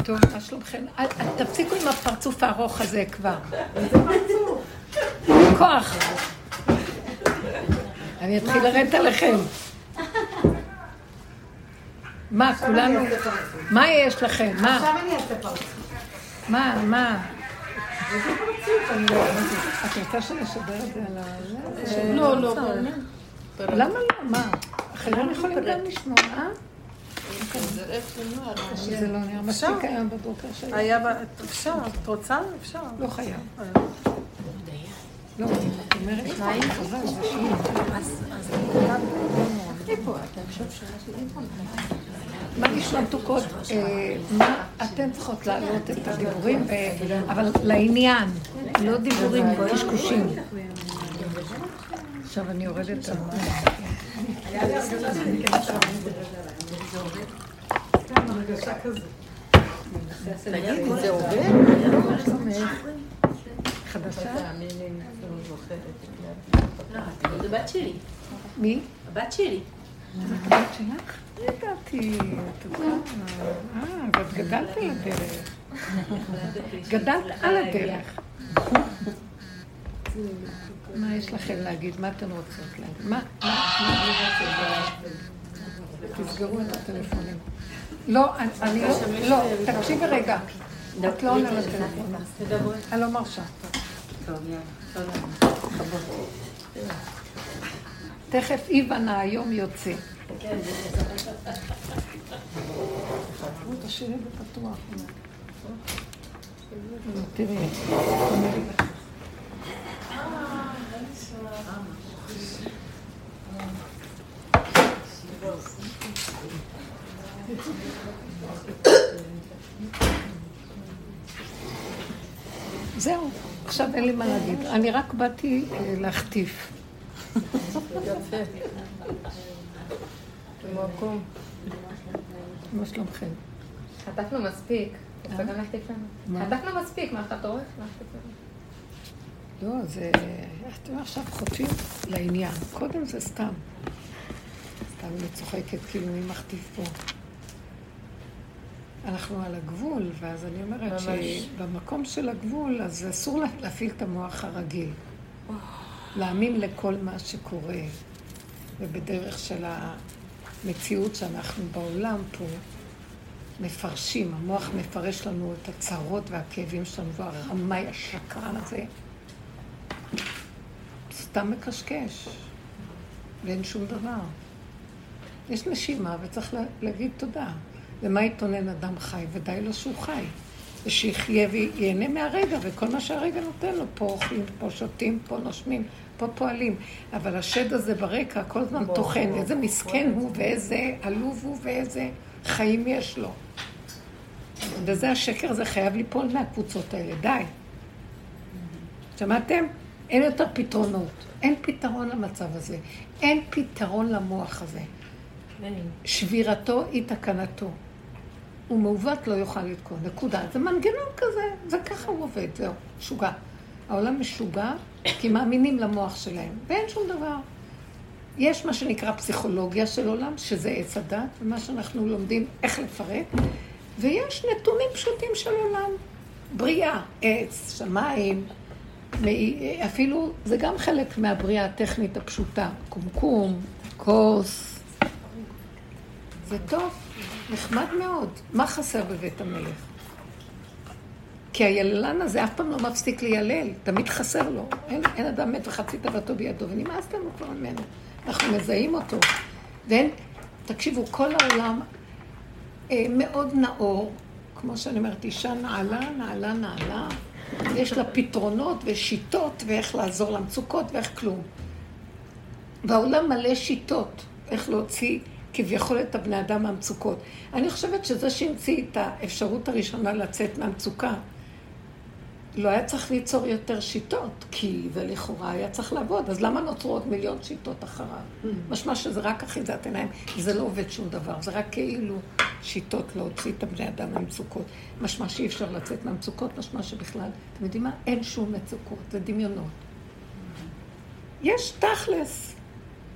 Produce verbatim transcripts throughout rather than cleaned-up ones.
טוב, מה שלומכם? תפסיקו עם הפרצוף הארוך הזה כבר. כוח. אני אתחיל לרדת עליכם. מה, כולנו? מה יש לכם? מה? עכשיו אני אעשה פרצוף. מה, מה? איזה פרצוף? אני לא... את רוצה שנשדר את זה על ה... לא, לא, למה לא? מה? אחרים יכולים גם לשמוע, אה? זה לא נראה מספיק היום בבוקר שלי. היה ב... אפשר, את רוצה? אפשר. לא חייב. לא, את אומרת שניים, חבל, זה שיעים. אז איפה? אתה חושב שיש לי איפה? מה נשמע מתוקות? מה אתן צריכות להעלות את הדיבורים, אבל לעניין, לא דיבורים, קשקושים. עכשיו אני יורדת על מה. זה עובד? חדשה? לא, זה בת שלי. מי? הבת שלי. הבת שלך? ידעתי, תודה. אה, ואת גדלת על הדרך. גדלת על הדרך. מה יש לכם להגיד? מה אתן רוצות להגיד? מה? תסגרו את הטלפונים. לא, אני לא, לא, תקשיבי רגע. את לא עונה לטלפון. אני לא מרשה. תכף איבנה היום יוצא. תשאירי בפתוח. תראי. זהו, עכשיו אין לי מה להגיד. אני רק באתי להחטיף. יפה. במקום. מה שלומכם? חתכנו מספיק. רוצה גם להחטיף לנו? חתכנו מספיק, מה אתה עורך? לא, זה... אתם עכשיו חוטפים לעניין. קודם זה סתם. סתם אני צוחקת, כאילו מי מחטיף פה. אנחנו על הגבול, ואז אני אומרת שבמקום של הגבול, אז אסור להפעיל את המוח הרגיל. להאמין לכל מה שקורה, ובדרך של המציאות שאנחנו בעולם פה, מפרשים, המוח מפרש לנו את הצרות והכאבים שלנו, והרמאי השקרן הזה, סתם מקשקש, ואין שום דבר. יש נשימה וצריך להגיד תודה. למה יתונן אדם חי? ודי לו שהוא חי. ושיחיה ויהנה מהרגע, וכל מה שהרגע נותן לו, פה אוכלים, פה שותים, פה נושמים, פה פועלים. אבל השד הזה ברקע כל הזמן תוכן, איזה מסכן הוא, ואיזה עלוב הוא, ואיזה חיים יש לו. וזה השקר הזה חייב ליפול מהקבוצות האלה, די. שמעתם? אין יותר פתרונות. אין פתרון למצב הזה. אין פתרון למוח הזה. שבירתו היא תקנתו. הוא מעוות לא יוכל לתקון. נקודה. זה מנגנון כזה. זה ככה הוא עובד. זהו. שוגע. העולם משוגע כי מאמינים למוח שלהם. ואין שום דבר. יש מה שנקרא פסיכולוגיה של עולם, שזה עץ הדת, ומה שאנחנו לומדים איך לפרק. ויש נתונים פשוטים של עולם. בריאה, עץ, שמיים, אפילו זה גם חלק מהבריאה הטכנית הפשוטה. קומקום, כוס. זה טוב, נחמד מאוד. מה חסר בבית המלך? כי היללן הזה אף פעם לא מפסיק לילל, תמיד חסר לו. אין, אין אדם מת וחצי תוותו בידו, ונמאס לנו כבר ממנו. אנחנו מזהים אותו. ואין, תקשיבו, כל העולם אה, מאוד נאור, כמו שאני אומרת, אישה נעלה, נעלה, נעלה. יש לה פתרונות ושיטות ואיך לעזור למצוקות ואיך כלום. והעולם מלא שיטות, איך להוציא כביכול את הבני אדם מהמצוקות. אני חושבת שזה שהמציא את האפשרות הראשונה לצאת מהמצוקה, לא היה צריך ליצור יותר שיטות, כי זה לכאורה היה צריך לעבוד, אז למה נוצרו עוד מיליון שיטות אחריו? משמע שזה רק אחיזת עיניים, זה לא עובד שום דבר, זה רק כאילו שיטות להוציא את הבני אדם מהמצוקות. משמע שאי אפשר לצאת מהמצוקות, משמע שבכלל, אתם יודעים מה? אין שום מצוקות, זה דמיונות. יש תכלס,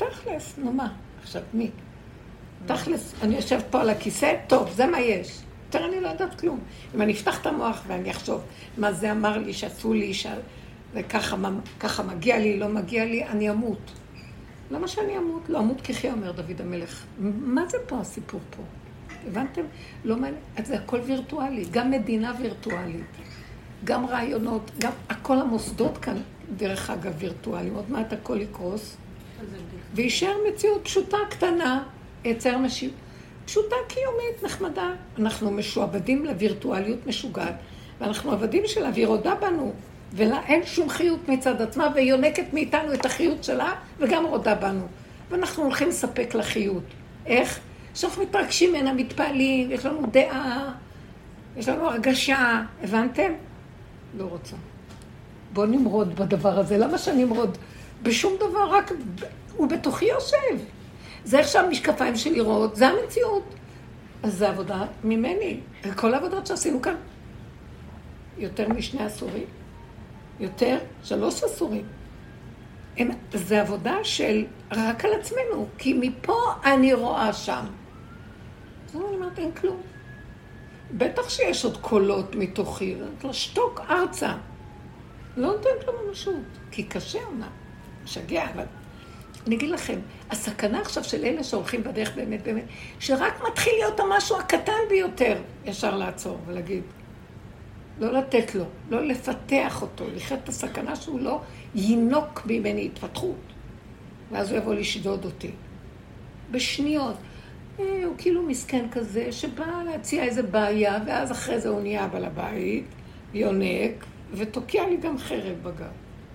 תכלס, נו מה? עכשיו, מי? תכלס, אני יושבת פה על הכיסא, טוב, זה מה יש. יותר אני לא יודעת כלום. אם אני אפתח את המוח ואני אחשוב מה זה אמר לי, שעשו לי, ש... וככה ככה מגיע לי, לא מגיע לי, אני אמות. למה שאני אמות? לא אמות כחיה, אומר דוד המלך. מה זה פה הסיפור פה? הבנתם? לא מעניין, זה הכל וירטואלי, גם מדינה וירטואלית, גם רעיונות, גם הכל המוסדות כאן, דרך אגב וירטואליים, עוד מעט הכל יקרוס, וישאר מציאות פשוטה, קטנה, יצר משיב, פשוטה קיומית, נחמדה. אנחנו משועבדים לווירטואליות משוגעת, ואנחנו עבדים שלה, והיא רודה בנו, ולה אין שום חיות מצד עצמה, והיא יונקת מאיתנו את החיות שלה, וגם רודה בנו. ואנחנו הולכים לספק לחיות. איך? שאנחנו מתרגשים ממנה, מתפעלים, יש לנו דעה, יש לנו הרגשה, הבנתם? לא רוצה. בוא נמרוד בדבר הזה. למה שנמרוד? בשום דבר, רק הוא בתוכי יושב. זה איך שהמשקפיים שלי רואות, זה המציאות. אז זה עבודה ממני. כל העבודות שעשינו כאן. יותר משני עשורים. יותר שלוש עשורים. הם, זה עבודה של רק על עצמנו, כי מפה אני רואה שם. אז אני אומרת, אין כלום. בטח שיש עוד קולות מתוכי, לשתוק ארצה. לא נותנת לו ממשות, כי קשה עונה, משגע, אבל אני אגיד לכם, הסכנה עכשיו של אלה שהולכים בדרך באמת באמת, שרק מתחיל להיות המשהו הקטן ביותר, ישר לעצור ולהגיד, לא לתת לו, לא לפתח אותו, לחיות את הסכנה שהוא לא ינוק ממני התפתחות, ואז הוא יבוא לשדוד אותי. בשניות, אה, הוא כאילו מסכן כזה, שבא להציע איזה בעיה, ואז אחרי זה הוא נהיה בעל הבית, יונק, ותוקע לי גם חרב בגב.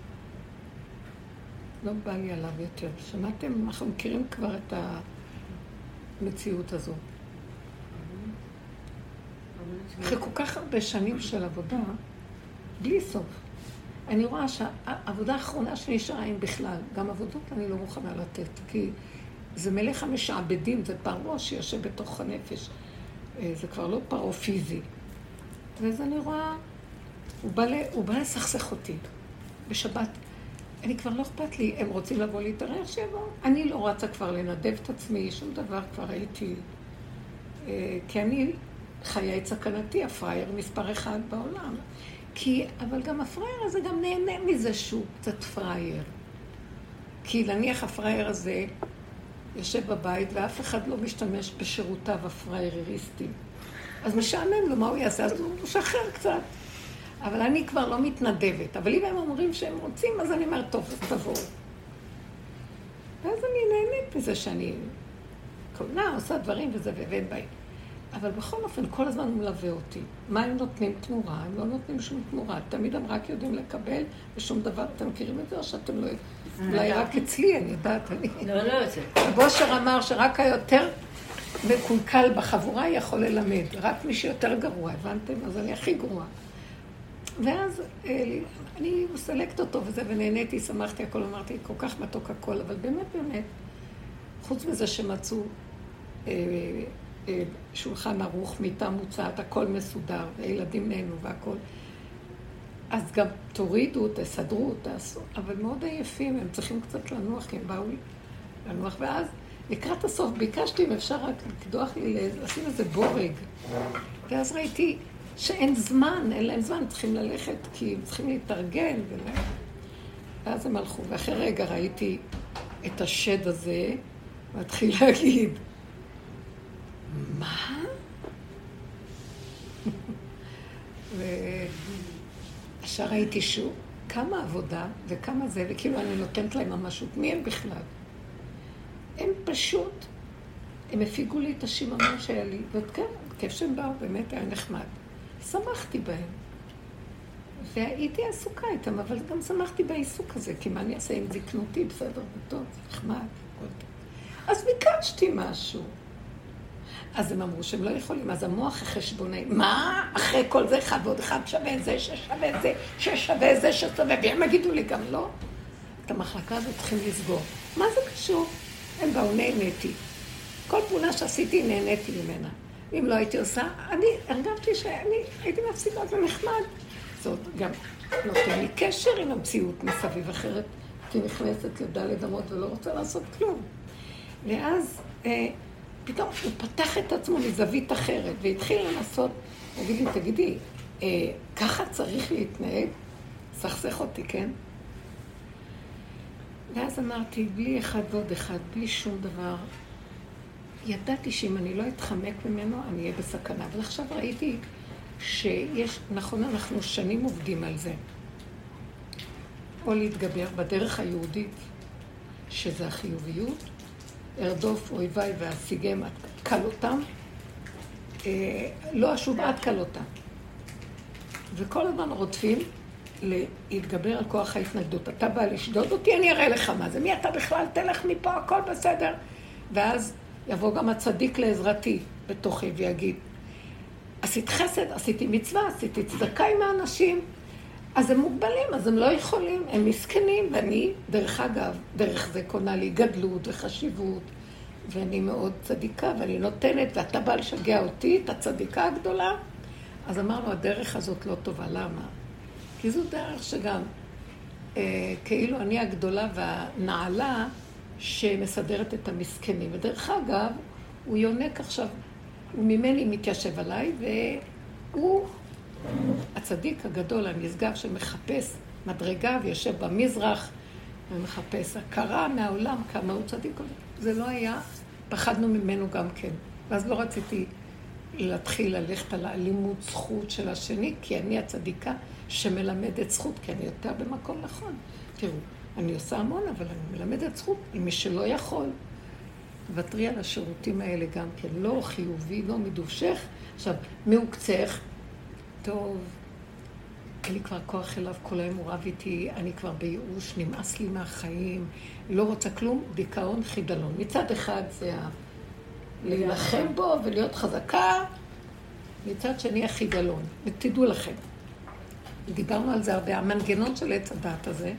לא בא לי עליו יותר. שמעתם? אנחנו מכירים כבר את המציאות הזו. אחרי כל כך הרבה שנים של עבודה, בלי סוף. אני רואה שהעבודה האחרונה שנשארה עם בכלל, גם עבודות אני לא מוכנה לתת, כי זה מלך המשעבדים, זה פרעה שיושב בתוך הנפש. זה כבר לא פרעה פיזי. ואז אני רואה, הוא בא, הוא בא לסכסך אותי בשבת. אני כבר לא אכפת לי, הם רוצים לבוא להתארח שיבוא. אני לא רצה כבר לנדב את עצמי, שום דבר כבר הייתי, כי אני חיי סכנתי, הפרייר מספר אחד בעולם. כי, אבל גם הפרייר הזה גם נהנה מזה שהוא קצת פרייר. כי נניח הפרייר הזה יושב בבית ואף אחד לא משתמש בשירותיו הפרייריסטיים. אז משעמם לו מה הוא יעשה, אז הוא משחרר קצת. אבל אני כבר לא מתנדבת. אבל אם הם אומרים שהם רוצים, אז אני אומרת, טוב, אז תבואו. ואז אני נהנית מזה שאני קונה, עושה דברים וזה ואין בית. אבל בכל אופן, כל הזמן הוא מלווה אותי. מה הם נותנים תמורה? הם לא נותנים שום תמורה. תמיד הם רק יודעים לקבל ושום דבר. אתם מכירים את זה או שאתם לא יודעים? אולי רק אצלי, אני יודעת. לא, לא, זה. הבושר אמר שרק היותר מקולקל בחבורה יכול ללמד. רק מי שיותר גרוע, הבנתם? אז אני הכי גרוע. ואז אני מסלקת אותו וזה, ונהניתי, שמחתי הכל, אמרתי, כל כך מתוק הכל, אבל באמת, באמת, חוץ מזה שמצאו שולחן ערוך, מיטה מוצעת, הכל מסודר, וילדים נהנו והכל. אז גם תורידו, תסדרו, תעשו, אבל מאוד עייפים, הם צריכים קצת לנוח, כי הם באו לנוח, ואז לקראת הסוף ביקשתי אם אפשר רק לקדוח לי, לשים איזה בורג. ואז ראיתי שאין זמן, אין להם זמן, צריכים ללכת, כי הם צריכים להתארגן. ולה... ואז הם הלכו, ואחרי רגע ראיתי את השד הזה, והתחיל להגיד, מה? ועכשיו ראיתי שוב, כמה עבודה וכמה זה, וכאילו אני נותנת להם ממשות, מי הם בכלל? הם פשוט, הם הפיגו לי את השיממון שהיה לי, וכן, כיף שהם באו, באמת היה נחמד. שמחתי בהם. והייתי עסוקה איתם, אבל גם שמחתי בעיסוק הזה, כי מה אני אעשה עם זקנותי, בסדר, טוב, נחמד, הכל טוב. אז ביקשתי משהו. אז הם אמרו שהם לא יכולים, אז המוח החשבוני, מה? אחרי כל זה אחד ועוד אחד שווה זה, ששווה זה, ששווה זה, ששווה, והם יגידו לי גם לא. את המחלקה הזאת צריכים לסגור. מה זה קשור? הם באו, נהניתי. כל פעולה שעשיתי, נהניתי ממנה. אם לא הייתי עושה, אני הרגשתי שאני הייתי מפסיקה, זה נחמד. זאת גם נותן לי קשר עם המציאות מסביב אחרת, כי נכנסת לדלת אמות ולא רוצה לעשות כלום. ואז אה, פתאום הוא פתח את עצמו מזווית אחרת, והתחיל לנסות, תגיד לי, תגידי, אה, ככה צריך להתנהג? סכסך אותי, כן? ואז אמרתי, בלי אחד ועוד אחד, בלי שום דבר, ידעתי שאם אני לא אתחמק ממנו, אני אהיה בסכנה. אבל עכשיו ראיתי שיש, נכון, אנחנו שנים עובדים על זה. או להתגבר בדרך היהודית, שזה החיוביות, ארדוף אויביי ואשיגם עד קל אותם, אה, לא אשוב עד קל אותם. וכל הזמן רודפים להתגבר על כוח ההתנגדות. אתה בא לשדוד אותי, אני אראה לך מה זה. מי אתה בכלל? תלך מפה, הכל בסדר. ואז יבוא גם הצדיק לעזרתי בתוכי ויגיד, עשית חסד, עשיתי מצווה, עשיתי צדקה עם האנשים. אז הם מוגבלים, אז הם לא יכולים, הם מסכנים, ואני, דרך אגב, דרך זה קונה לי גדלות וחשיבות, ואני מאוד צדיקה, ואני נותנת, ואתה בא לשגע אותי, את הצדיקה הגדולה. אז אמרנו, הדרך הזאת לא טובה, למה? כי זו דרך שגם, אה, כאילו אני הגדולה והנעלה שמסדרת את המסכנים. ודרך אגב, הוא יונק עכשיו, הוא ממני מתיישב עליי, והוא הצדיק הגדול, הנשגב, שמחפש מדרגה ויושב במזרח ומחפש הכרה מהעולם, כמה הוא צדיק. זה לא היה, פחדנו ממנו גם כן. ואז לא רציתי להתחיל ללכת על האלימות זכות של השני, כי אני הצדיקה שמלמדת זכות, כי אני יותר במקום נכון. תראו, אני עושה המון, אבל אני מלמדת זכות עם מי שלא יכול. ותרי על השירותים האלה גם כן, לא חיובי, לא מדובשך. עכשיו, מעוקצך, טוב, אין לי כבר כוח אליו, כל היום הוא רב איתי, אני כבר בייאוש, נמאס לי מהחיים, לא רוצה כלום, דיכאון, חידלון. מצד אחד זה ה... להילחם בו ולהיות חזקה, מצד שני החידלון. ותדעו לכם, דיברנו על זה הרבה, המנגנון של עץ הדעת הזה,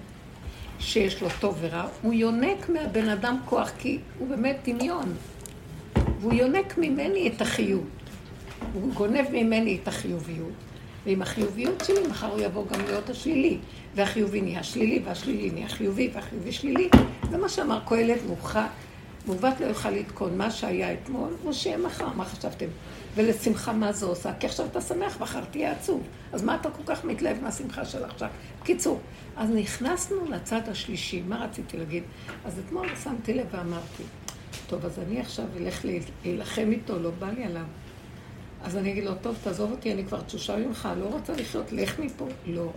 שיש לו טוב ורע, הוא יונק מהבן אדם כוח, כי הוא באמת דמיון. והוא יונק ממני את החיות. הוא גונב ממני את החיוביות. ועם החיוביות שלי, מחר הוא יבוא גם להיות השלילי. והחיובי נהיה שלילי, והשלילי נהיה חיובי, והחיובי שלילי. זה מה שאמר קהלת, מעוות לא יוכל לתקון. מה שהיה אתמול, הוא שיהיה מחר, מה חשבתם? ולשמחה מה זה עושה? כי עכשיו אתה שמח, מחר תהיה עצוב. אז מה אתה כל כך מתלהב מהשמחה של עכשיו? בקיצור, אז נכנסנו לצד השלישי. מה רציתי להגיד? אז אתמול שמתי לב ואמרתי, טוב, אז אני עכשיו אלך להילחם איתו, לא בא לי עליו. אז אני אגיד לו, טוב, תעזוב אותי, אני כבר תשושה ממך, לא רוצה לחיות, לך מפה. לא.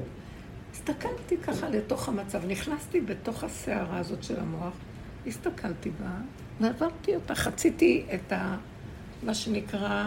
הסתכלתי ככה לתוך המצב, נכנסתי בתוך הסערה הזאת של המוח, הסתכלתי בה, ועברתי אותה, חציתי את ה... מה שנקרא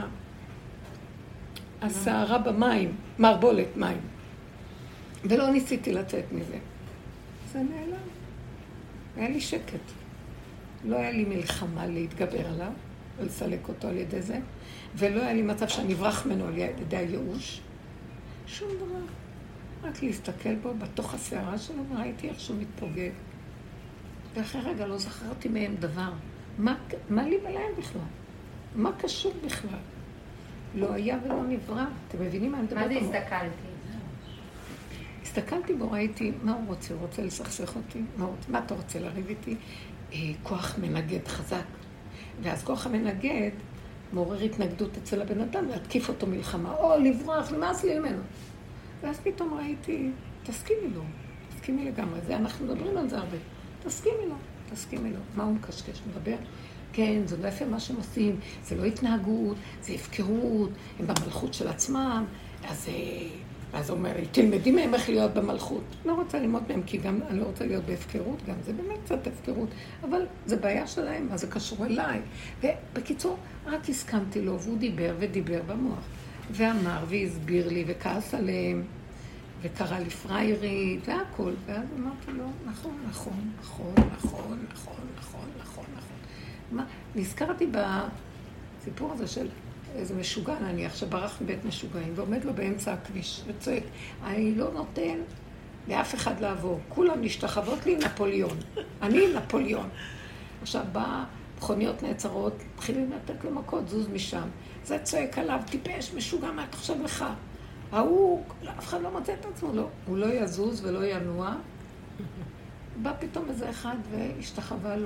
הסערה במים, מערבולת מים. ולא ניסיתי לצאת מזה. זה נעלם. היה לי שקט. לא היה לי מלחמה להתגבר עליו, ולסלק אותו על ידי זה, ולא היה לי מצב שאני אברח ממנו על ידי הייאוש. שום דבר. רק להסתכל בו בתוך הסערה שלו, וראיתי איך שהוא מתפוגג. ואחרי רגע לא זכרתי מהם דבר. מה, מה לי ולהם בכלל? מה קשור בכלל? לא היה ולא נברא. אתם מבינים מה אני מדברת? מה זה הסתכלתי? הסתכלתי בו, ראיתי מה הוא רוצה. הוא רוצה לסכסך אותי? מה, מה אתה רוצה לריב איתי? אה, כוח מנגד חזק. ואז כוח המנגד מעורר התנגדות אצל הבן אדם, להתקיף אותו מלחמה, או לברוח, נמאס לי ממנו. ואז פתאום ראיתי, תסכימי לו, תסכימי לגמרי. זה, אנחנו מדברים על זה הרבה. תסכימי לו, תסכימי לו. מה הוא מקשקש? מדבר? כן, זה לא יפה מה שהם עושים, זה לא התנהגות, זה הפקרות, הם במלכות של עצמם, אז, אז הוא אומר, תלמדי מהם איך להיות במלכות. לא רוצה ללמוד מהם, כי גם אני לא רוצה להיות בהפקרות, גם זה באמת קצת הפקרות, אבל זה בעיה שלהם, אז זה קשור אליי. ובקיצור, רק הסכמתי לו, והוא דיבר ודיבר במוח, ואמר והסביר לי וכעס עליהם, וקרא לי פריירית, והכל, ואז אמרתי לו, נכון, נכון, נכון, נכון, נכון, נכון, נכון, נכון. מה? נזכרתי בסיפור הזה של איזה משוגע, נניח, שברח מבית משוגעים, ועומד לו באמצע הכביש, וצועק, אני לא נותן לאף אחד לעבור, כולם נשתחוות לי נפוליון, אני נפוליון. עכשיו, בא, מכוניות נעצרות, מתחילים לתת לו מכות, זוז משם. זה צועק עליו, טיפש, משוגע, מה תחשב לך? ההוא, אף אחד לא מוצא את עצמו, לא. הוא לא יזוז ולא ינוע. בא פתאום איזה אחד והשתחווה לו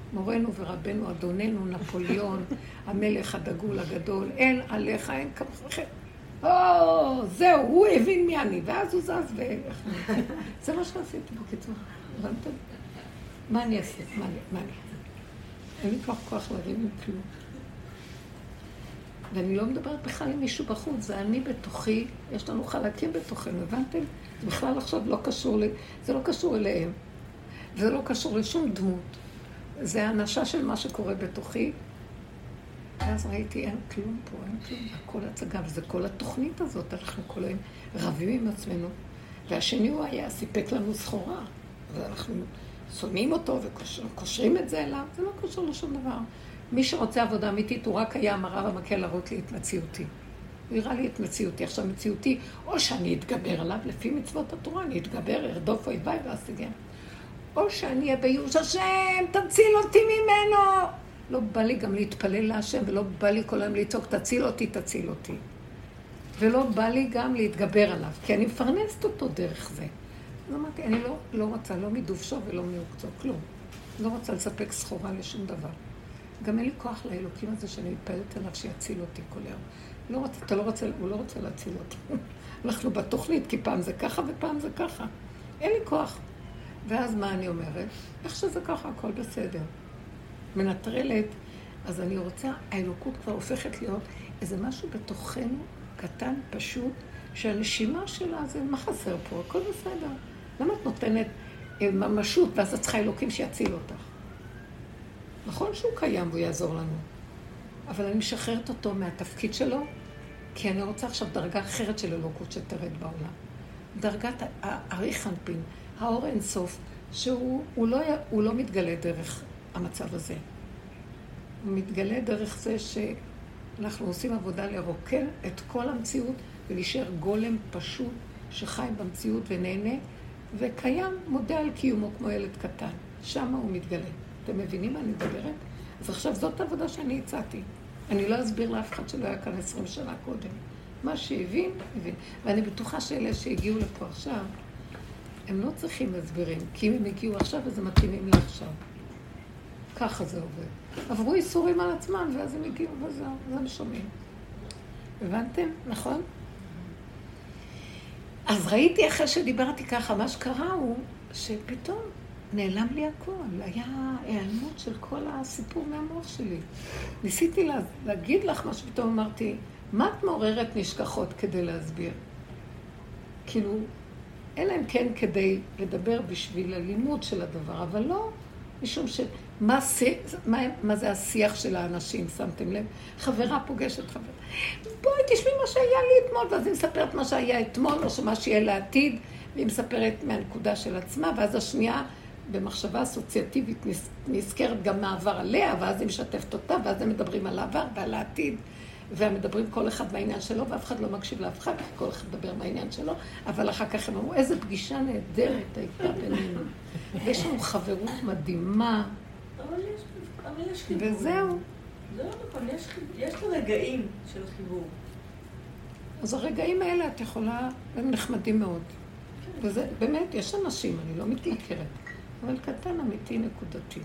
מורנו ורבנו, אדוננו, נפוליאון, המלך הדגול הגדול, אין עליך, אין כמוך. או, זהו, הוא הבין מי אני, ואז הוא זז ו... זה מה שעשיתי בקיצור. הבנתם? מה אני אעשה? מה אני? אין לי כוח כוח להרים עם כלום. ואני לא מדברת בכלל עם מישהו בחוץ, זה אני בתוכי, יש לנו חלקים בתוכנו, הבנתם? זה בכלל עכשיו לא קשור, זה לא קשור אליהם, זה לא קשור לשום דמות. זה האנשה של מה שקורה בתוכי. ואז ראיתי, אין כלום פה, אין כלום, זה הכל הצגה, וזה כל התוכנית הזאת, אנחנו כל היום רבים עם עצמנו. והשני הוא היה, סיפק לנו סחורה, ואנחנו שונאים אותו וקושרים את זה אליו, זה לא קשור לשום דבר. מי שרוצה עבודה אמיתית, הוא רק היה המראה ומקל להראות לי את מציאותי. הוא הראה לי את מציאותי. עכשיו מציאותי, או שאני אתגבר עליו, לפי מצוות התורה, אני אתגבר, ארדוף אויביי ואשיגם. או שאני אהיה בייאוש, השם, תציל אותי ממנו. לא בא לי גם להתפלל להשם, ולא בא לי כל היום לצעוק, תציל אותי, תציל אותי. ולא בא לי גם להתגבר עליו, כי אני מפרנסת אותו דרך זה. אז אמרתי, אני לא, לא רוצה, לא מדובשו ולא מעוקצו, כלום. לא רוצה לספק סחורה לשום דבר. גם אין לי כוח לאלוקים הזה שאני מתפללת עליו שיציל אותי כל היום. לא רוצה, אתה לא רוצה, הוא לא רוצה להציל אותי. אנחנו בתוכנית, כי פעם זה ככה ופעם זה ככה. אין לי כוח. ואז מה אני אומרת? איך שזה ככה, הכל בסדר. מנטרלת, אז אני רוצה, האלוקות כבר הופכת להיות איזה משהו בתוכנו קטן, פשוט, שהנשימה שלה זה מה חסר פה, הכל בסדר. למה את נותנת ממשות, ואז את צריכה אלוקים שיציל אותך? נכון שהוא קיים והוא יעזור לנו, אבל אני משחררת אותו מהתפקיד שלו, כי אני רוצה עכשיו דרגה אחרת של אלוקות שתרד בעולם. דרגת האריך אנפין, האור אינסוף, שהוא הוא לא, הוא לא מתגלה דרך המצב הזה. הוא מתגלה דרך זה שאנחנו עושים עבודה לרוקן את כל המציאות ולהישאר גולם פשוט שחי במציאות ונהנה וקיים, מודה על קיומו כמו ילד קטן. שם הוא מתגלה. אתם מבינים מה אני מדברת? אז עכשיו זאת העבודה שאני הצעתי. אני לא אסביר לאף אחד שלא היה כאן עשרים שנה קודם. מה שהבין, הבין. ואני בטוחה שאלה שהגיעו לפה עכשיו, הם לא צריכים הסברים, כי אם הם הגיעו עכשיו, אז הם מתאימים לעכשיו. ככה זה עובד. עברו איסורים על עצמם, ואז הם הגיעו וזהו, אז הם שומעים. הבנתם? נכון? אז ראיתי אחרי שדיברתי ככה, מה שקרה הוא שפתאום נעלם לי הכל. היה העלמות של כל הסיפור מהמוח שלי. ניסיתי לה, להגיד לך מה שפתאום אמרתי, מה את מעוררת נשכחות כדי להסביר? כאילו, אלא אם כן כדי לדבר בשביל הלימוד של הדבר, אבל לא משום ש... מה, מה, מה זה השיח של האנשים, שמתם לב? חברה פוגשת חברה. בואי תשמעי מה שהיה לי אתמול, ואז היא מספרת מה שהיה אתמול, או שמה שיהיה לעתיד, והיא מספרת מהנקודה של עצמה, ואז השנייה במחשבה אסוציאטיבית נזכרת גם מעבר עליה, ואז היא משתפת אותה, ואז הם מדברים על העבר ועל העתיד, והם מדברים כל אחד מהעניין שלו, ואף אחד לא מקשיב לאף אחד, כל אחד מדבר מהעניין שלו, אבל אחר כך הם אמרו, איזו פגישה נהדרת הייתה בינינו. ויש לנו חברות מדהימה. אבל יש, אבל יש חיבור. וזהו. זה לא נכון, יש, יש את הרגעים של חיבור. אז הרגעים האלה את יכולה, הם נחמדים מאוד. וזה, באמת, יש אנשים, אני לא מתנכרת, אבל קטן אמיתי נקודתי.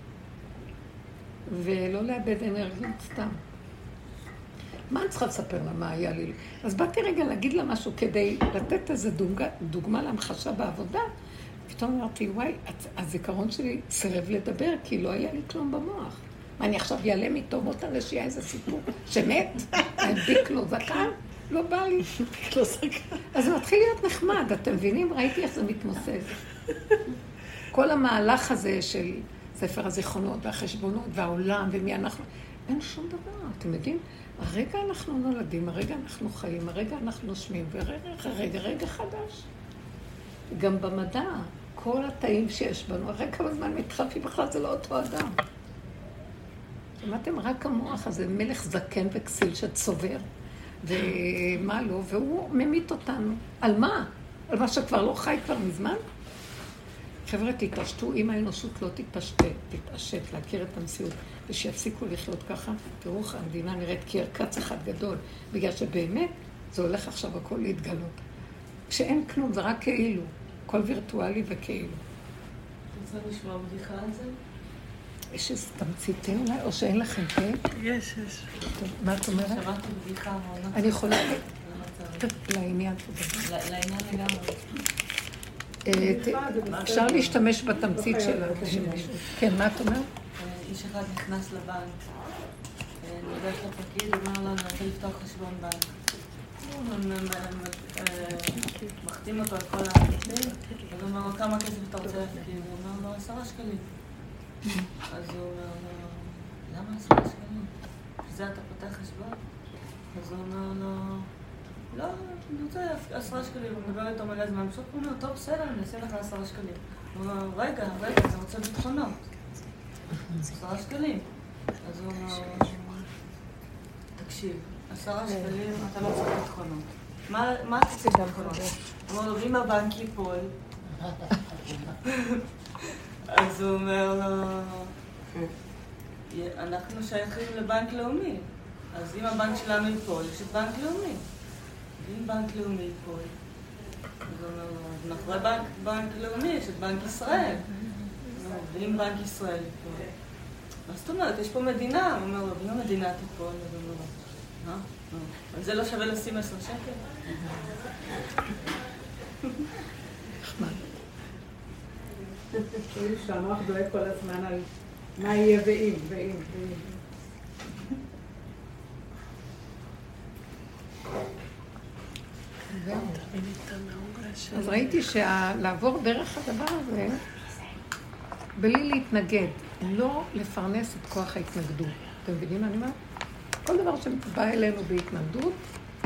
ולא לאבד אנרגיות סתם. מה אני צריכה לספר לה מה היה לי? אז באתי רגע להגיד לה משהו כדי לתת איזו דוגמה, דוגמה להמחשה בעבודה. פתאום אמרתי, וואי, הזיכרון שלי סירב לדבר, כי לא היה לי כלום במוח. מה, אני עכשיו יעלם איתו, מות הנשייה איזה סיפור, שמת, הדביק לו זקן, לא בא לי. לא זקן. אז הוא מתחיל להיות נחמד, אתם מבינים? ראיתי איך זה מתמוסס. כל המהלך הזה של ספר הזיכרונות והחשבונות והעולם ומי אנחנו, אין שום דבר, אתם יודעים? הרגע אנחנו נולדים, הרגע אנחנו חיים, הרגע אנחנו נושמים, ורגע, רגע, רגע חדש. גם במדע, כל התאים שיש בנו, הרי כמה זמן מתחלפים בכלל, זה לא אותו אדם. שמעתם, רק המוח הזה, מלך זקן וכסיל שצובר, ומה לא, והוא ממית אותנו. על מה? על מה שכבר לא חי כבר מזמן? חבר'ה, תתעשתו, אם האנושות לא תתפשט, תתעשת, להכיר את המציאות, ושיפסיקו לחיות ככה, תראו איך המדינה נראית כערקץ אחד גדול, בגלל שבאמת זה הולך עכשיו הכל להתגלות. כשאין כלום, זה רק כאילו, הכל וירטואלי וכאילו. רוצה לשמוע בדיחה על זה? יש איזה תמציתי אולי, או שאין לכם פה? יש, יש. מה את אומרת? שמעתי בדיחה. אני יכולה... לעניין. לעניין לגמרי. אפשר להשתמש בתמצית שלה. כן, מה את אומרת? איש אחד נכנס לבנק, ניגש לפקיד, אומר לו, אני רוצה לפתוח חשבון בנק. מחתים אותו על כל הפרטים, אז הוא אומר לו, כמה כסף אתה רוצה להפקיד? הוא אומר לו, עשרה שקלים. אז הוא אומר לו, למה עשרה שקלים? שזה אתה פותח חשבון? אז הוא אומר לו, לא, אני רוצה עשרה שקלים. הוא מדבר איתו מלא זמן, פשוט הוא אומר, טוב, בסדר, אני אעשה לך עשרה שקלים. הוא אומר, רגע, רגע, אני רוצה ביטחונות. עשרה שקלים. אז הוא אומר, תקשיב, עשרה שקלים, אתה לא צריך ביטחונות. מה אתה צריך ביטחונות? הוא אומר לו, ואם הבנק ייפול? אז הוא אומר לו, אנחנו שייכים לבנק לאומי. אז אם הבנק שלנו ייפול, יש את בנק לאומי. ואם בנק לאומי ייפול, אז הוא אומר לו, מאחורי בנק לאומי יש את בנק ישראל. ואם בנק ישראל ייפול, מה זאת אומרת? יש פה מדינה. הוא אומר לו, ואם המדינה תיפול, אז הוא אומר לו, מה? אבל זה לא שווה לשים עשר שקל? נחמד. כאילו שהמוח דואג כל הזמן על מה יהיה ואם, ואם, ואם. אז ראיתי שלעבור דרך הדבר הזה, בלי להתנגד, לא לפרנס את כוח ההתנגדות. אתם מבינים מה אני אומרת? כל דבר שבא אלינו בהתנגדות,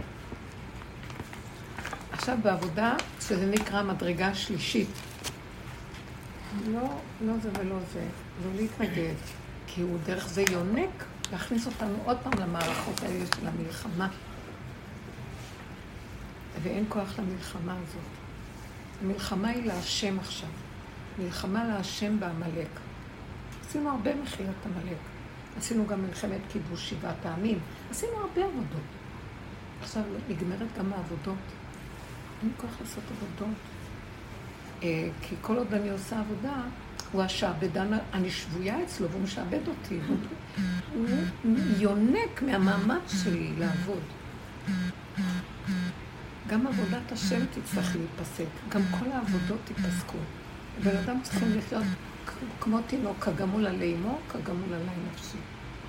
עכשיו בעבודה, שזה נקרא מדרגה שלישית. לא, לא זה ולא זה, לא להתנגד, כי הוא דרך זה יונק להכניס אותנו עוד פעם למערכות האלה של המלחמה. ואין כוח למלחמה הזאת. המלחמה היא להשם עכשיו. מלחמה להשם בעמלק. עשינו הרבה מחיית עמלק. עשינו גם מלחמת כיבוש שבעת העמים. עשינו הרבה עבודות. עכשיו נגמרת גם העבודות. אין כוח לעשות עבודות. כי כל עוד אני עושה עבודה, הוא השעבדן, אני שבויה אצלו והוא משעבד אותי. הוא יונק מהמאמץ שלי לעבוד. גם עבודת השם תצטרך להיפסק, גם כל העבודות תיפסקו. בן אדם צריכים לחיות כמו תינוק, כגמול עלי אמו, כגמול עלי נפשי.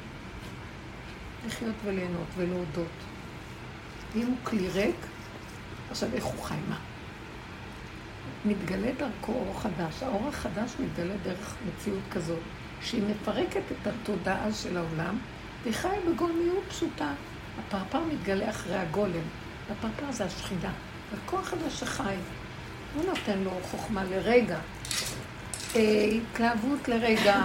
לחיות וליהנות ולהודות. ואם הוא כלי ריק, עכשיו איך הוא חי מה? מתגלה דרכו אור חדש. האור החדש מתגלה דרך מציאות כזאת, שהיא מפרקת את התודעה של העולם, והיא חיה בגולמיות פשוטה. הפרפר מתגלה אחרי הגולם. הפרפר זה השכינה. הכוח הזה שחי, הוא נותן לו חוכמה לרגע, התלהבות לרגע,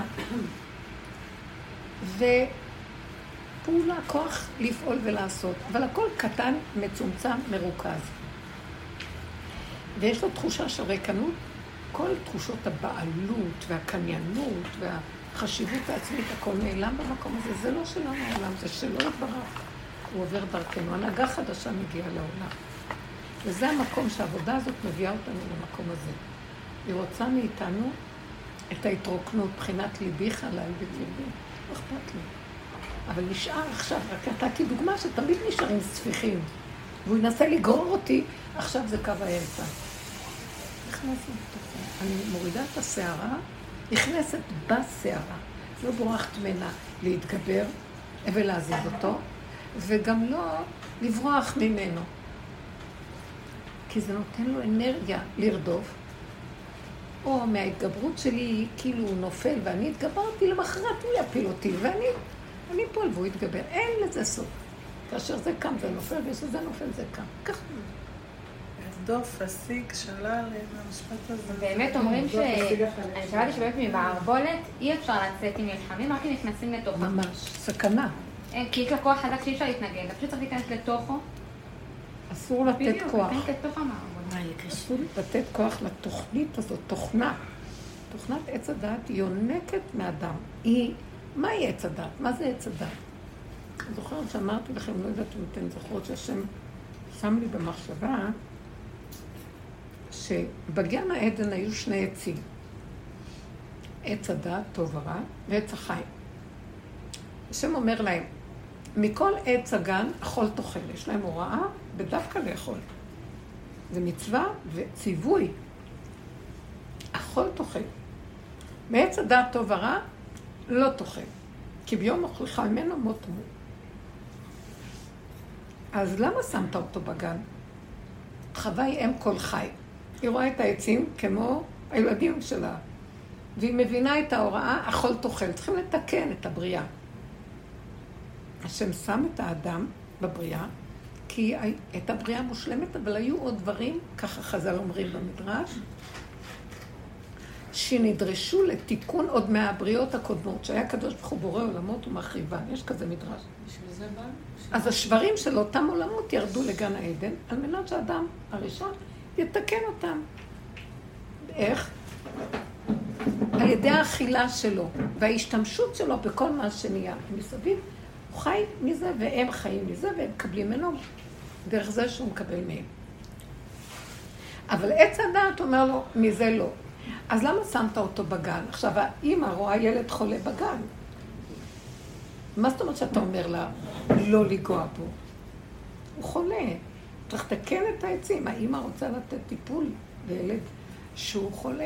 ופעולה, כוח לפעול ולעשות. אבל הכל קטן, מצומצם, מרוכז. ויש לו תחושה של ריקנות, כל תחושות הבעלות והקניינות והחשיבות העצמית, הכל נעלם במקום הזה. זה לא שלנו העולם, זה שלא יתברך. הוא עובר דרכנו, הנהגה חדשה מגיעה לעולם. וזה המקום שהעבודה הזאת מביאה אותנו למקום הזה. היא רוצה מאיתנו את ההתרוקנות, בחינת ליביך עליי ותרבי. לא אכפת לי. אבל נשאר עכשיו, רק נתתי דוגמה שתמיד נשארים ספיחים. והוא ינסה לגרור אותי, עכשיו זה קו האמצע. נכנסת בתוכה. אני מורידה את השערה, נכנסת בשערה. לא בורחת ממנה להתגבר ולהזיז אותו. וגם לא לברוח ממנו. כי זה נותן לו אנרגיה לרדוף, או מההתגברות שלי, כאילו הוא נופל, ואני התגברתי, למחרת הוא יפיל אותי, ואני אני פועל והוא יתגבר. אין לזה סוף. כאשר זה קם, זה נופל, ושזה נופל, זה קם. ככה. דוף, השיג, שלל, מהמשפט הזה. באמת אומרים ש... אני שמעתי שבאמת מבערבולת אי אפשר לצאת עם מלחמים, רק אם נכנסים לתוכה. ממש, סכנה. כי יש לה כוח חזק שאי אפשר להתנגד, אתה פשוט צריך להיכנס לתוכו. אסור לתת כוח. בדיוק, לתת לתוך המערבולת. אסור לתת כוח לתוכנית הזאת, תוכנה. תוכנת עץ הדעת היא יונקת מאדם. היא, מהי עץ הדעת? מה זה עץ הדעת? אני זוכרת שאמרתי לכם, לא יודעת אם אתן זוכרות שהשם שם לי במחשבה, שבגן העדן היו שני עצים. עץ הדעת, טוב ורע, ועץ החיים. השם אומר להם, מכל עץ הגן אכול תאכל. יש להם הוראה בדווקא לאכול. זה מצווה וציווי. אכול תאכל. מעץ הדעת טוב ורע, לא תאכל. כי ביום אוכלך ממנו מות תמות. אז למה שמת אותו בגן? חווה היא אם כל חי. היא רואה את העצים כמו הילדים שלה. והיא מבינה את ההוראה, אכול תאכל. צריכים לתקן את הבריאה. השם שם את האדם בבריאה, כי את הבריאה מושלמת, אבל היו עוד דברים, ככה חז"ל אומרים במדרש, שנדרשו לתיקון עוד מהבריאות הקודמות, שהיה קדוש ברוך הוא בורא עולמות ומחריבן. יש כזה מדרש. בשביל זה בא? אז השברים של אותם עולמות ירדו לגן העדן, על מנת שהאדם הראשון יתקן אותם. איך? על ידי האכילה שלו, וההשתמשות שלו בכל מה שנהיה מסביב, הוא חי מזה והם חיים מזה, והם מקבלים ממנו דרך זה שהוא מקבל מהם. אבל עץ הדעת אומר לו, מזה לא. אז למה שמת אותו בגן? עכשיו, האמא רואה ילד חולה בגן. מה זאת אומרת שאתה אומר לה, לא לגוע בו? הוא חולה. צריך לתקן את העצים. האמא רוצה לתת טיפול לילד שהוא חולה.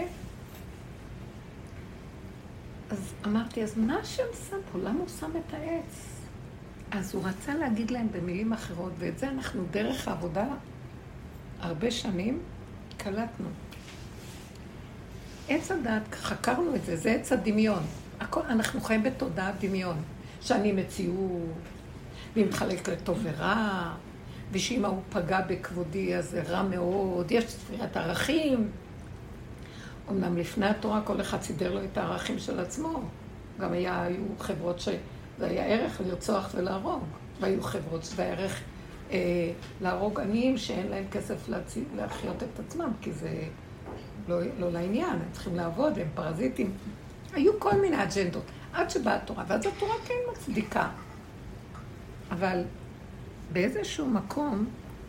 אז אמרתי, אז מה השם שם פה? למה הוא שם את העץ? אז הוא רצה להגיד להם במילים אחרות, ואת זה אנחנו דרך העבודה הרבה שנים קלטנו. עץ הדעת, חקרנו את זה, זה עץ הדמיון. הכל, אנחנו חיים בתודעת דמיון, שאני מציאות, והיא מתחלקת לטוב ורע, ושאם הוא פגע בכבודי, אז זה רע מאוד, יש ספירת ערכים. אמנם לפני התורה כל אחד סידר לו את הערכים של עצמו. גם היה, היו חברות שזה היה ערך לרצוח ולהרוג. והיו חברות שזה היה ערך אה, להרוג עניים שאין להם כסף להציא, להחיות את עצמם, כי זה לא, לא לעניין, הם צריכים לעבוד, הם פרזיטים. היו כל מיני אג'נדות, עד שבאה התורה, ואז התורה כן מצדיקה. אבל באיזשהו מקום,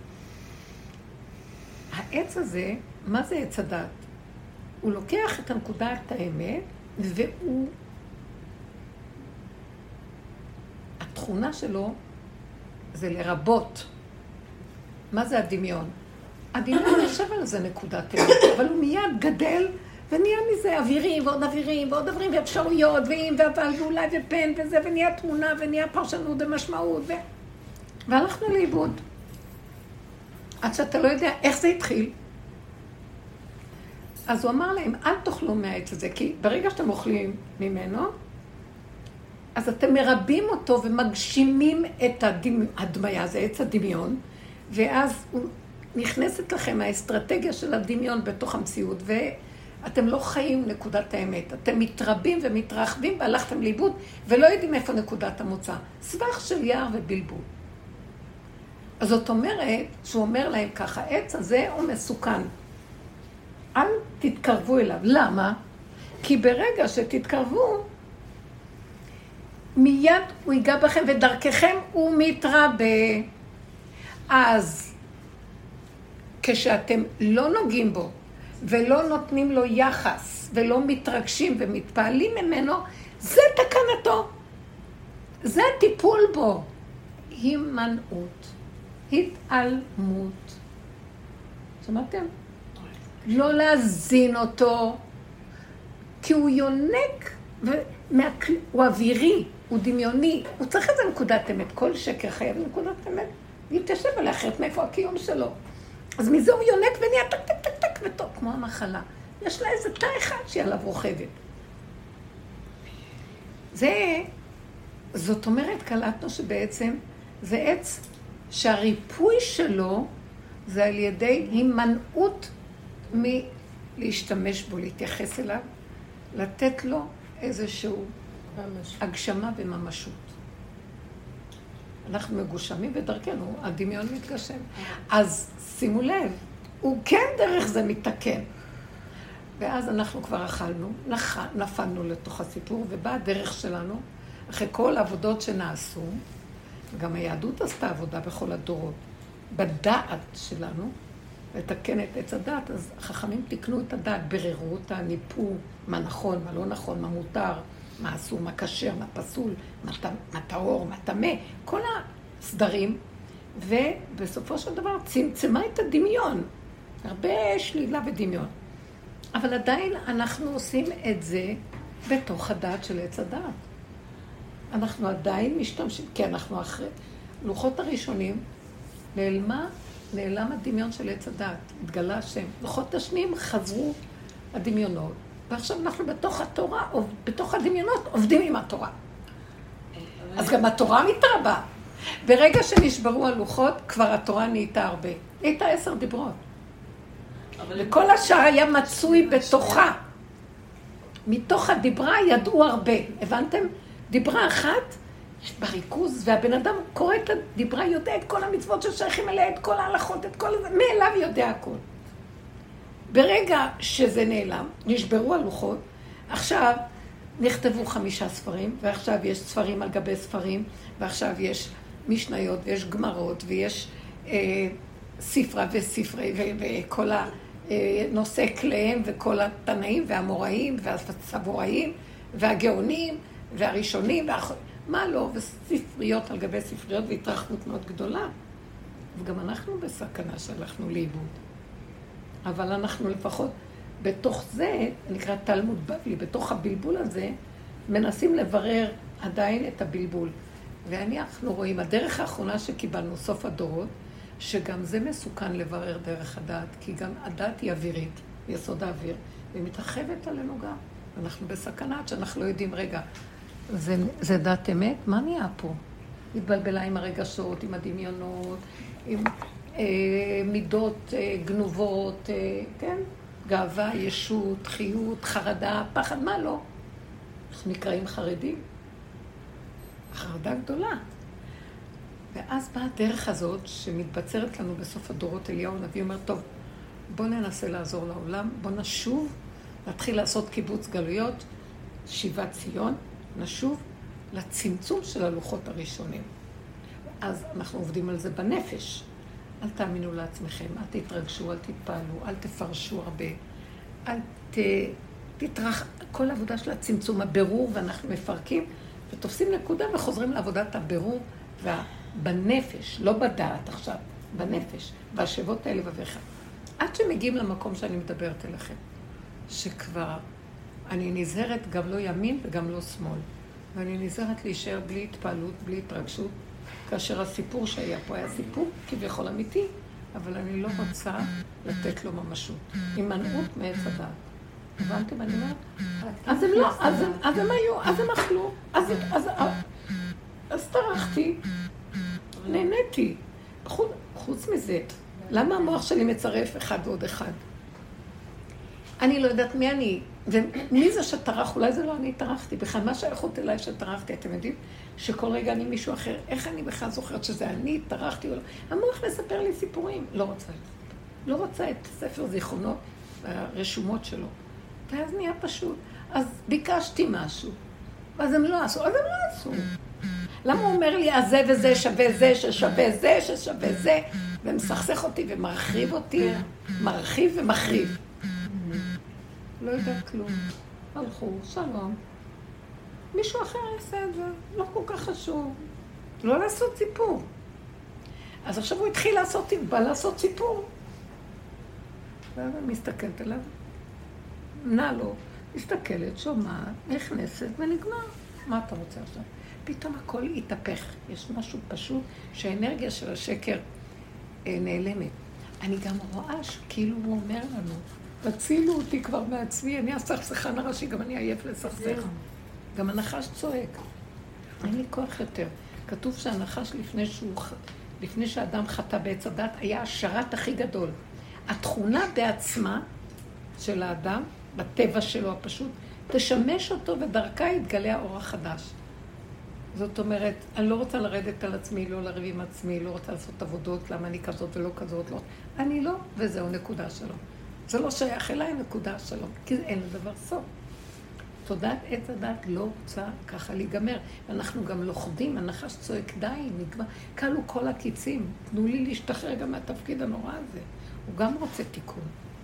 העץ הזה, מה זה עץ הדת? הוא לוקח את הנקודת האמת, והוא... התכונה שלו זה לרבות. מה זה הדמיון? הדמיון יושב על זה נקודת אמת, אבל הוא מיד גדל, ונהיה מזה אווירים ועוד אווירים ועוד אווירים ואפשרויות, ואם ואבל ואולי ופן וזה, ונהיה תמונה ונהיה פרשנות ומשמעות, ו... והלכנו לאיבוד. עד שאתה לא יודע איך זה התחיל. אז הוא אמר להם, אל תאכלו מהעץ הזה, כי ברגע שאתם אוכלים ממנו, אז אתם מרבים אותו ומגשימים את הדמיה, זה עץ הדמיון, ואז הוא נכנסת לכם האסטרטגיה של הדמיון בתוך המציאות, ואתם לא חיים נקודת האמת. אתם מתרבים ומתרחבים והלכתם לאיבוד, ולא יודעים איפה נקודת המוצא. סבך של יער ובלבול. אז זאת אומרת, שהוא אומר להם ככה, העץ הזה הוא מסוכן. אל תתקרבו אליו. למה? כי ברגע שתתקרבו, מיד הוא ייגע בכם ודרככם הוא מתרבה. אז כשאתם לא נוגעים בו ולא נותנים לו יחס ולא מתרגשים ומתפעלים ממנו, זה תקנתו. זה טיפול בו. הימנעות, התעלמות. שמעתם? לא להזין אותו, כי הוא יונק, ומהכל... הוא אווירי, הוא דמיוני, הוא צריך איזה נקודת אמת, כל שקר חייב נקודת אמת, להתיישב עליה אחרת מאיפה הקיום שלו. אז מזה הוא יונק ונהיה טק טק טק טק וטוק, כמו המחלה. יש לה איזה תא אחד שהיא עליו רוכבת. זה, זאת אומרת, קלטנו שבעצם זה עץ שהריפוי שלו זה על ידי הימנעות מלהשתמש בו, להתייחס אליו, לתת לו איזשהו הגשמה וממשות. אנחנו מגושמים ודרכנו, הדמיון מתגשם. אז שימו לב, הוא כן דרך זה מתקן. ואז אנחנו כבר אכלנו, נפלנו לתוך הסיפור, ובאה הדרך שלנו, אחרי כל העבודות שנעשו, גם היהדות עשתה עבודה בכל הדורות, בדעת שלנו, לתקן את עץ הדת, אז החכמים תקנו את הדת, בררו אותה, ניפו מה נכון, מה לא נכון, מה מותר, מה אסור, מה כשר, מה פסול, מה טהור, מה טמא, כל הסדרים, ובסופו של דבר צמצמה את הדמיון, הרבה שלילה ודמיון. אבל עדיין אנחנו עושים את זה בתוך הדת של עץ הדת. אנחנו עדיין משתמשים, כי אנחנו אחרי לוחות הראשונים, נעלמה, נעלם הדמיון של עץ הדת, התגלה השם. לוחות השניים חזרו הדמיונות, ועכשיו אנחנו בתוך התורה, בתוך הדמיונות עובדים עם התורה. אז גם התורה מתרבה. ברגע שנשברו הלוחות, כבר התורה נהייתה הרבה. נהייתה עשר דיברות. וכל השאר היה מצוי בתוכה. מתוך הדיברה ידעו הרבה. הבנתם? דיברה אחת, בריכוז, והבן אדם קורא את הדיברה, יודע את כל המצוות ששייכים אליה, את כל ההלכות, את כל זה, מאליו יודע הכל. ברגע שזה נעלם, נשברו הלוחות, עכשיו נכתבו חמישה ספרים, ועכשיו יש ספרים על גבי ספרים, ועכשיו יש משניות, ויש גמרות, ויש אה, ספרה וספרי, ו- וכל הנושא כליהם, וכל התנאים, והמוראים, והסבוראים, והגאונים, והראשונים, והאח... מה לא, וספריות על גבי ספריות, והתרחבות מאוד גדולה. וגם אנחנו בסכנה שהלכנו לאיבוד. אבל אנחנו לפחות, בתוך זה, נקרא תלמוד בבלי, בתוך הבלבול הזה, מנסים לברר עדיין את הבלבול. ואנחנו רואים, הדרך האחרונה שקיבלנו, סוף הדורות, שגם זה מסוכן לברר דרך הדת, כי גם הדת היא אווירית, יסוד האוויר, והיא מתרחבת עלינו גם. אנחנו בסכנה, שאנחנו לא יודעים, רגע, זה, זה דת אמת? מה נהיה פה? התבלבלה עם הרגשות, עם הדמיונות, עם אה, מידות אה, גנובות, אה, כן? גאווה, ישות, חיות, חרדה, פחד, מה לא? אנחנו נקראים חרדים. חרדה גדולה. ואז באה הדרך הזאת שמתבצרת לנו בסוף הדורות, אליהו הנביא אומר, טוב, בוא ננסה לעזור לעולם, בוא נשוב, נתחיל לעשות קיבוץ גלויות, שיבת ציון, נשוב לצמצום של הלוחות הראשונים. אז אנחנו עובדים על זה בנפש. אל תאמינו לעצמכם, אל תתרגשו, אל תתפעלו, אל תפרשו הרבה, אל ת... תתרח... כל העבודה של הצמצום, הבירור, ואנחנו מפרקים ותופסים נקודה וחוזרים לעבודת הבירור וה... בנפש, לא בדעת עכשיו, בנפש, והשבות האלה ובך. עד שמגיעים למקום שאני מדברת אליכם, שכבר אני נזהרת גם לא ימין וגם לא שמאל, ואני נזהרת להישאר בלי התפעלות, בלי התרגשות, כאשר הסיפור שהיה פה היה סיפור כביכול אמיתי, אבל אני לא רוצה לתת לו ממשות. הימנעות מעץ הדעת. הבנתם? אני אומרת? אז הם לא, אז הם, אז הם היו, אז הם אכלו, אז, אז, אז, אז תרחתי, נהניתי. חוץ, חוץ מזה, למה המוח שלי מצרף אחד ועוד אחד? אני לא יודעת מי אני, ומי זה שטרח, אולי זה לא אני טרחתי, בכלל מה שייכות אליי שטרחתי, אתם יודעים? שכל רגע אני מישהו אחר, איך אני בכלל זוכרת שזה אני טרחתי או לא? המוח מספר לי סיפורים, לא רוצה את זה. לא רוצה את ספר זיכרונות, הרשומות שלו. ואז נהיה פשוט. אז ביקשתי משהו, אז הם לא עשו, אז הם לא עשו. למה הוא אומר לי, אז זה וזה שווה זה, ששווה זה, ששווה זה, ומסכסך אותי ומרחיב אותי, מרחיב ומחריב. לא יודע כלום. הלכו, שלום. מישהו אחר יעשה את זה, לא כל כך חשוב. לא לעשות סיפור. אז עכשיו הוא התחיל לעשות, בא לעשות סיפור. ואני מסתכלת עליו. נע לו, מסתכלת, שומעת, נכנסת ונגמר. מה אתה רוצה עכשיו? פתאום הכל יתהפך. יש משהו פשוט שהאנרגיה של השקר אה, נעלמת. אני גם רואה שכאילו הוא אומר לנו, תצילו אותי כבר מעצמי, אני הסכסכן הראשי, גם אני עייף לסכסך. גם הנחש צועק. אין לי כוח יותר. כתוב שהנחש לפני, שהוא, לפני שהאדם חטא בעץ הדת, היה השרת הכי גדול. התכונה בעצמה של האדם, בטבע שלו הפשוט, תשמש אותו ודרכה יתגלה האור החדש. זאת אומרת, אני לא רוצה לרדת על עצמי, לא לריב עם עצמי, לא רוצה לעשות עבודות, למה אני כזאת ולא כזאת, לא. אני לא, וזהו נקודה שלו. זה לא שייך אליי נקודה שלו, כי אין לדבר סוף. תודעת עץ הדת לא רוצה ככה להיגמר. אנחנו גם לוכדים, הנחש צועק די, נגמר. קלו כל הקיצים, תנו לי להשתחרר גם מהתפקיד הנורא הזה. הוא גם רוצה תיקון.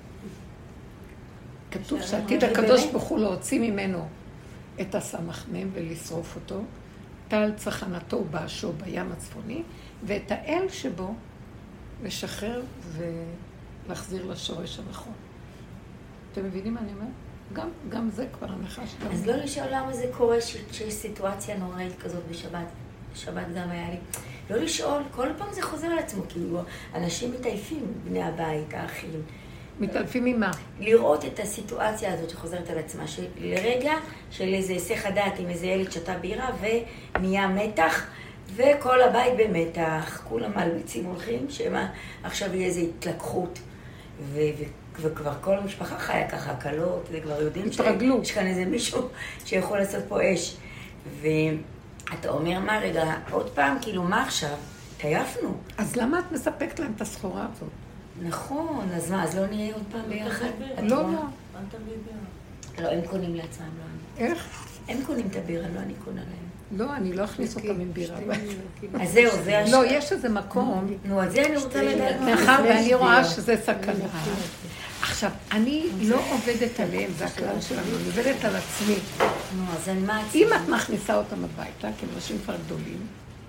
כתוב שעתיד הקדוש ברוך הוא להוציא ממנו את הסמך מם ולשרוף אותו, טל צחנתו ובאשו בים הצפוני, ואת האל שבו לשחרר ולהחזיר לשורש הנכון. אתם מבינים מה אני אומרת? גם, גם זה כבר הנחש. אז לא לשאול למה זה קורה שיש סיטואציה נוראית כזאת בשבת. בשבת גם היה לי. לא לשאול, כל פעם זה חוזר על עצמו, כאילו אנשים מתעייפים, בני הבית, האחים. מתעלפים ממה? לראות את הסיטואציה הזאת שחוזרת על עצמה, שלרגע של איזה היסח הדעת עם איזה ילד שתה בירה ונהיה מתח, וכל הבית במתח, כולם מלביצים הולכים, שמה עכשיו יהיה איזו התלקחות, ו- ו- וכבר כל המשפחה חיה ככה, הקלות, וכבר יודעים שיש כאן איזה מישהו שיכול לעשות פה אש. ואתה אומר, מה רגע, עוד פעם, כאילו, מה עכשיו? תעייפנו. אז למה את מספקת להם את הסחורה הזאת? נכון, אז מה, אז לא נהיה עוד פעם ביחד? לא, לא. לא, הם קונים לעצמם, לא אני. איך? הם קונים את הבירה, לא אני קונה להם. לא, אני לא אכניס אותם עם בירה. אז זהו, זה השאלה. לא, יש איזה מקום. נו, אז זה אני רוצה לדעת. מאחר ואני רואה שזה סכנה. עכשיו, אני לא עובדת עליהם, זה הכלל שלנו, אני עובדת על עצמי. נו, אז אני מה עצמי? אם את מכניסה אותם הביתה, כי הם אנשים כבר גדולים,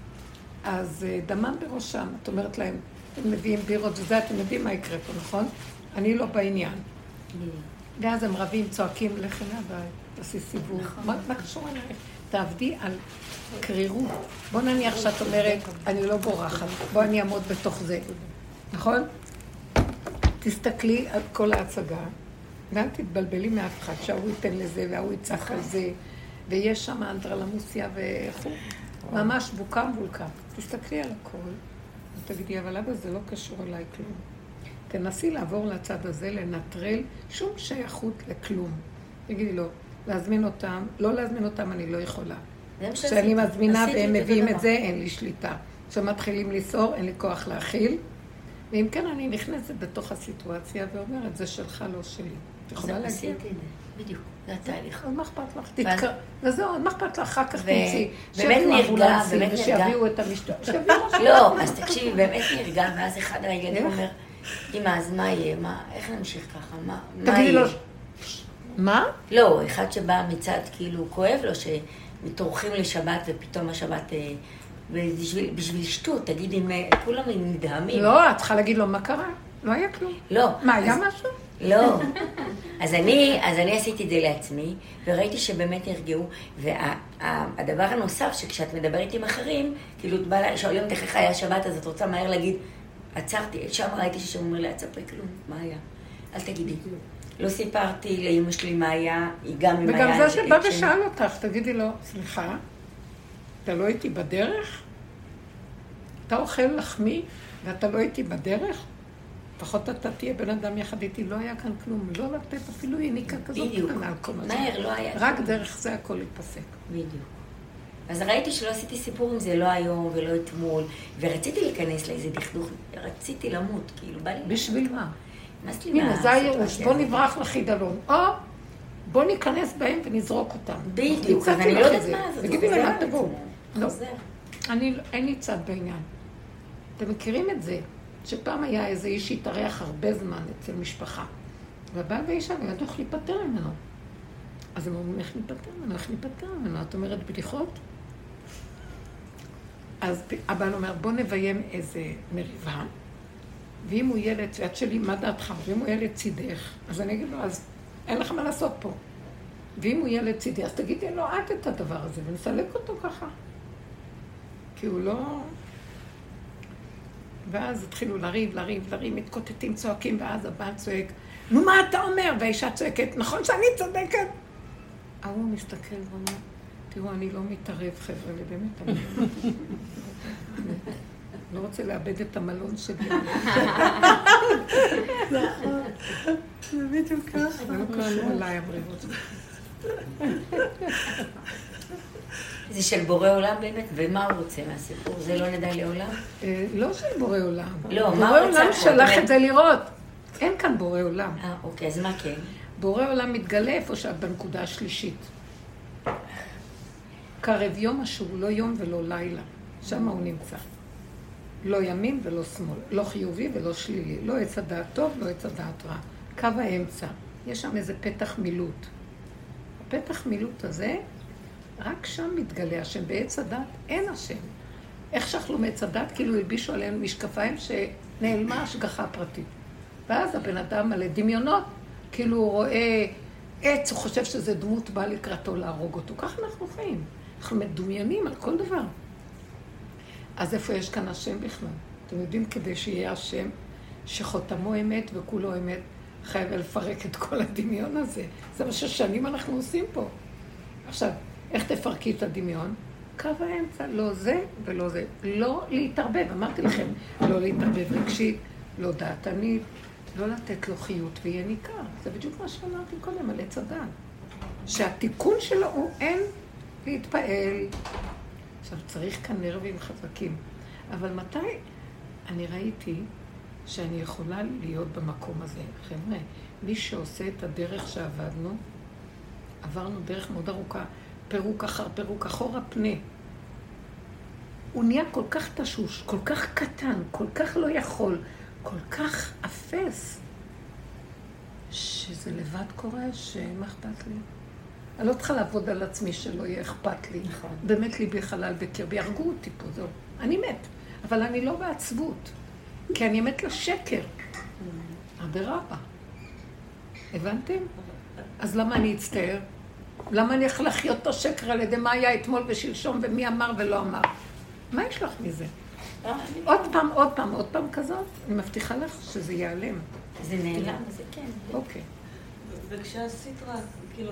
אז דמם בראשם, את אומרת להם, הם מביאים בירות וזה, אתם יודעים מה יקרה פה, נכון? אני לא בעניין. ואז הם רבים, צועקים, לכי מהבית, תעשי סיבוב. מה קשור עלייך? תעבדי על קרירות. בוא נניח שאת אומרת, אני לא בורחת, בוא אני אעמוד בתוך זה. נכון? תסתכלי על כל ההצגה, ואל תתבלבלי מאף אחד, שההוא ייתן לזה וההוא יצח על זה, ויש שם אנדרלמוסיה וכו'. ממש בוקה מבולקה. תסתכלי על הכל, ותגידי, אבל אבא זה לא קשור אליי כלום. תנסי לעבור לצד הזה, לנטרל שום שייכות לכלום. תגידי לו, להזמין אותם, לא להזמין אותם אני לא יכולה. כשאני מזמינה והם מביאים את זה, אין לי שליטה. כשמתחילים לסעור, אין לי כוח להכיל. ואם כן, אני נכנסת בתוך הסיטואציה ואומרת, זה שלך, לא שלי. את יכולה להגיד? בדיוק, זה התהליך. אז מה אכפת לך? תתקר... וזהו, מה אכפת לך? אחר כך תמציא. באמת נרגע, באמת נרגע. ושיביאו את המשטרה. לא, אז תקשיבי, באמת נרגע, ואז אחד הילדים אומר, אמא, אז מה יהיה? איך נמשיך ככה? מה יהיה? מה? לא, אחד שבא מצד כאילו כואב לו, שמתורכים לשבת ופתאום השבת... בשביל שטות, תגיד אם כולם נדהמים. לא, את צריכה להגיד לו מה קרה? לא היה כלום. לא. מה, היה משהו? לא. אז אני, אז אני עשיתי את זה לעצמי, וראיתי שבאמת נרגעו, והדבר הנוסף, שכשאת מדברת עם אחרים, כאילו, שואלים אותך איך היה שבת, אז את רוצה מהר להגיד, עצרתי, שם ראיתי ששם אומר לי, אצפרי כלום, מה היה? אל תגידי. לא סיפרתי לאמא שלי מה היה, היא גם עם היה... וגם זה שבא ושאל אותך, תגידי לו, סליחה, אתה לא הייתי בדרך? אתה אוכל לחמי ואתה לא הייתי בדרך? לפחות אתה תהיה בן אדם יחד איתי, לא היה כאן כלום, לא לתת אפילו יניקה כזאת קטנה על כל מה זה. מהר, לא היה. רק דרך זה הכל ייפסק. בדיוק. אז ראיתי שלא עשיתי סיפור עם זה, לא היום ולא אתמול, ורציתי להיכנס לאיזה דכדוך, רציתי למות, כאילו, בא לי... בשביל מה? מה לי מה? הנה, זה הייאוש, בוא נברח לחידלון. או, בוא ניכנס בהם ונזרוק אותם. בדיוק, אז אני לא יודעת מה זה. תגידי לי, מה תבואו? לא, חוזר. אין לי צד בעניין. אתם מכירים את זה, שפעם היה איזה איש שהתארח הרבה זמן אצל משפחה, והבעל והאישה לא ידעו איך להיפטר ממנו. אז הם אומרים, איך להיפטר ממנו, איך להיפטר ממנו? את אומרת בדיחות? אז הבעל אומר, בוא נביים איזה מריבה, ואם הוא ילד, ואת שלי, מה דעתך? ואם הוא ילד צידך, אז אני אגיד לו, אז אין לך מה לעשות פה. ואם הוא ילד צידי, אז תגידי לו, את את הדבר הזה, ונסלק אותו ככה. כי הוא לא... ואז התחילו לריב, לריב, לריב, מתקוטטים, צועקים, ואז הבעל צועק, נו, מה אתה אומר? והאישה צועקת, נכון שאני צודקת? ההוא מסתכל ואומר, תראו, אני לא מתערב, חבר'ה, באמת, אני לא רוצה לאבד את המלון שלי. נכון, זה בדיוק ככה. זה לא קשור אליי, המריבות. זה של בורא עולם באמת, ומה הוא רוצה מהסיפור? זה לא נדע לעולם? לא של בורא עולם. לא, מה בורא הוא רוצה? עולם שלח את זה לראות. אין כאן בורא עולם. אה, אוקיי, אז מה כן? בורא עולם מתגלה איפה שאת בנקודה השלישית. קרב יום שהוא לא יום ולא לילה. שם הוא נמצא. לא ימין ולא שמאל, לא חיובי ולא שלילי, לא עץ הדעת טוב, לא עץ הדעת רע. קו האמצע. יש שם איזה פתח מילוט. הפתח מילוט הזה, רק שם מתגלה השם. בעץ הדעת אין השם. איך שאכלו מעץ הדעת, כאילו הלבישו עליהם משקפיים שנעלמה השגחה הפרטית. ואז הבן אדם מלא דמיונות, כאילו הוא רואה עץ, הוא חושב שזה דמות באה לקראתו להרוג אותו. כך אנחנו חיים. אנחנו מדומיינים על כל דבר. אז איפה יש כאן השם בכלל? אתם יודעים, כדי שיהיה השם, שחותמו אמת וכולו אמת, חייב לפרק את כל הדמיון הזה. זה מה ששנים אנחנו עושים פה. עכשיו, איך תפרקי את הדמיון? קו האמצע, לא זה ולא זה. לא להתערבב, אמרתי לכם, לא להתערבב רגשית, לא דעתנית, לא לתת לו חיות ויניקה. זה בדיוק מה שאמרתי קודם על עץ הדעת. שהתיקון שלו הוא אין להתפעל. עכשיו, צריך כאן נרבים חזקים. אבל מתי אני ראיתי שאני יכולה להיות במקום הזה? חבר'ה, מי שעושה את הדרך שעבדנו, עברנו דרך מאוד ארוכה, פירוק אחר פירוק, אחורה פנה. הוא נהיה כל כך תשוש, כל כך קטן, כל כך לא יכול, כל כך אפס, שזה לבד קורה, שמה אכפת לי? אני לא צריכה לעבוד על עצמי שלא יהיה אכפת לי. נכון. באמת ליבי חלל בקרבי, הרגו אותי פה, זהו. אני מת, אבל אני לא בעצבות, כי אני מת לשקר. אדרבה. הבנתם? אז למה אני אצטער? למה אני יכול לחיות את השקר על ידי מה היה אתמול ושלשום ומי אמר ולא אמר? מה יש לך מזה? עוד פעם, עוד פעם, עוד פעם כזאת, אני מבטיחה לך שזה ייעלם. זה נעלם, זה כן. אוקיי. וכשעשית רק, כאילו,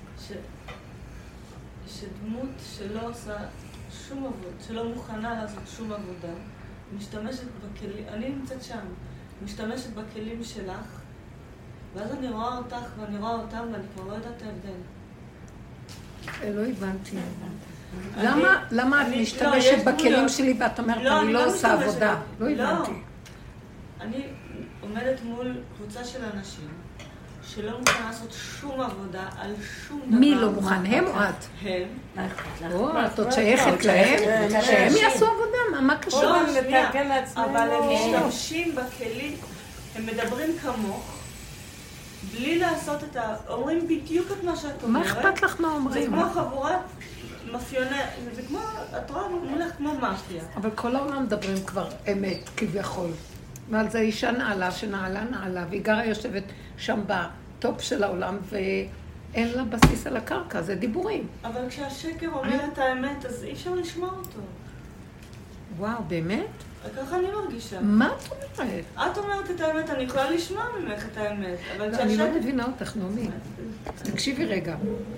שדמות שלא עושה שום עבודה, שלא מוכנה לעשות שום עבודה, משתמשת בכלים, אני נמצאת שם, משתמשת בכלים שלך, ואז אני רואה אותך ואני רואה אותם ואני כבר לא יודעת ההבדל. לא הבנתי. למה את משתמשת בכלים שלי ואת אומרת, אני לא עושה עבודה? לא הבנתי. אני עומדת מול קבוצה של אנשים שלא מוכן לעשות שום עבודה על שום דבר. מי לא מוכן? הם או את? הם. או, את עוד שייכת להם? שהם יעשו עבודה? מה קשור? לא, שנייה. אבל הם משתמשים בכלים, הם מדברים כמוך, בלי לעשות את ה... אומרים בדיוק את מה שאת אומרת. מה אכפת לך מה אומרים? זה כמו חבורת מאפיונר, זה כמו, את רואה, מולך כמו מאפיה. אבל כל העולם מדברים כבר אמת, כביכול. ועל זה אישה נעלה, שנעלה נעלה, והיא גרה יושבת שם בטופ של העולם, ואין לה בסיס על הקרקע, זה דיבורים. אבל כשהשקר אומר את האמת, אז אי אפשר לשמוע אותו. וואו, באמת? ככה אני מרגישה. מה את אומרת? את אומרת את האמת, אני יכולה לשמוע ממך את האמת. לא, אני לא מבינה אותך, נעמי. תקשיבי רגע.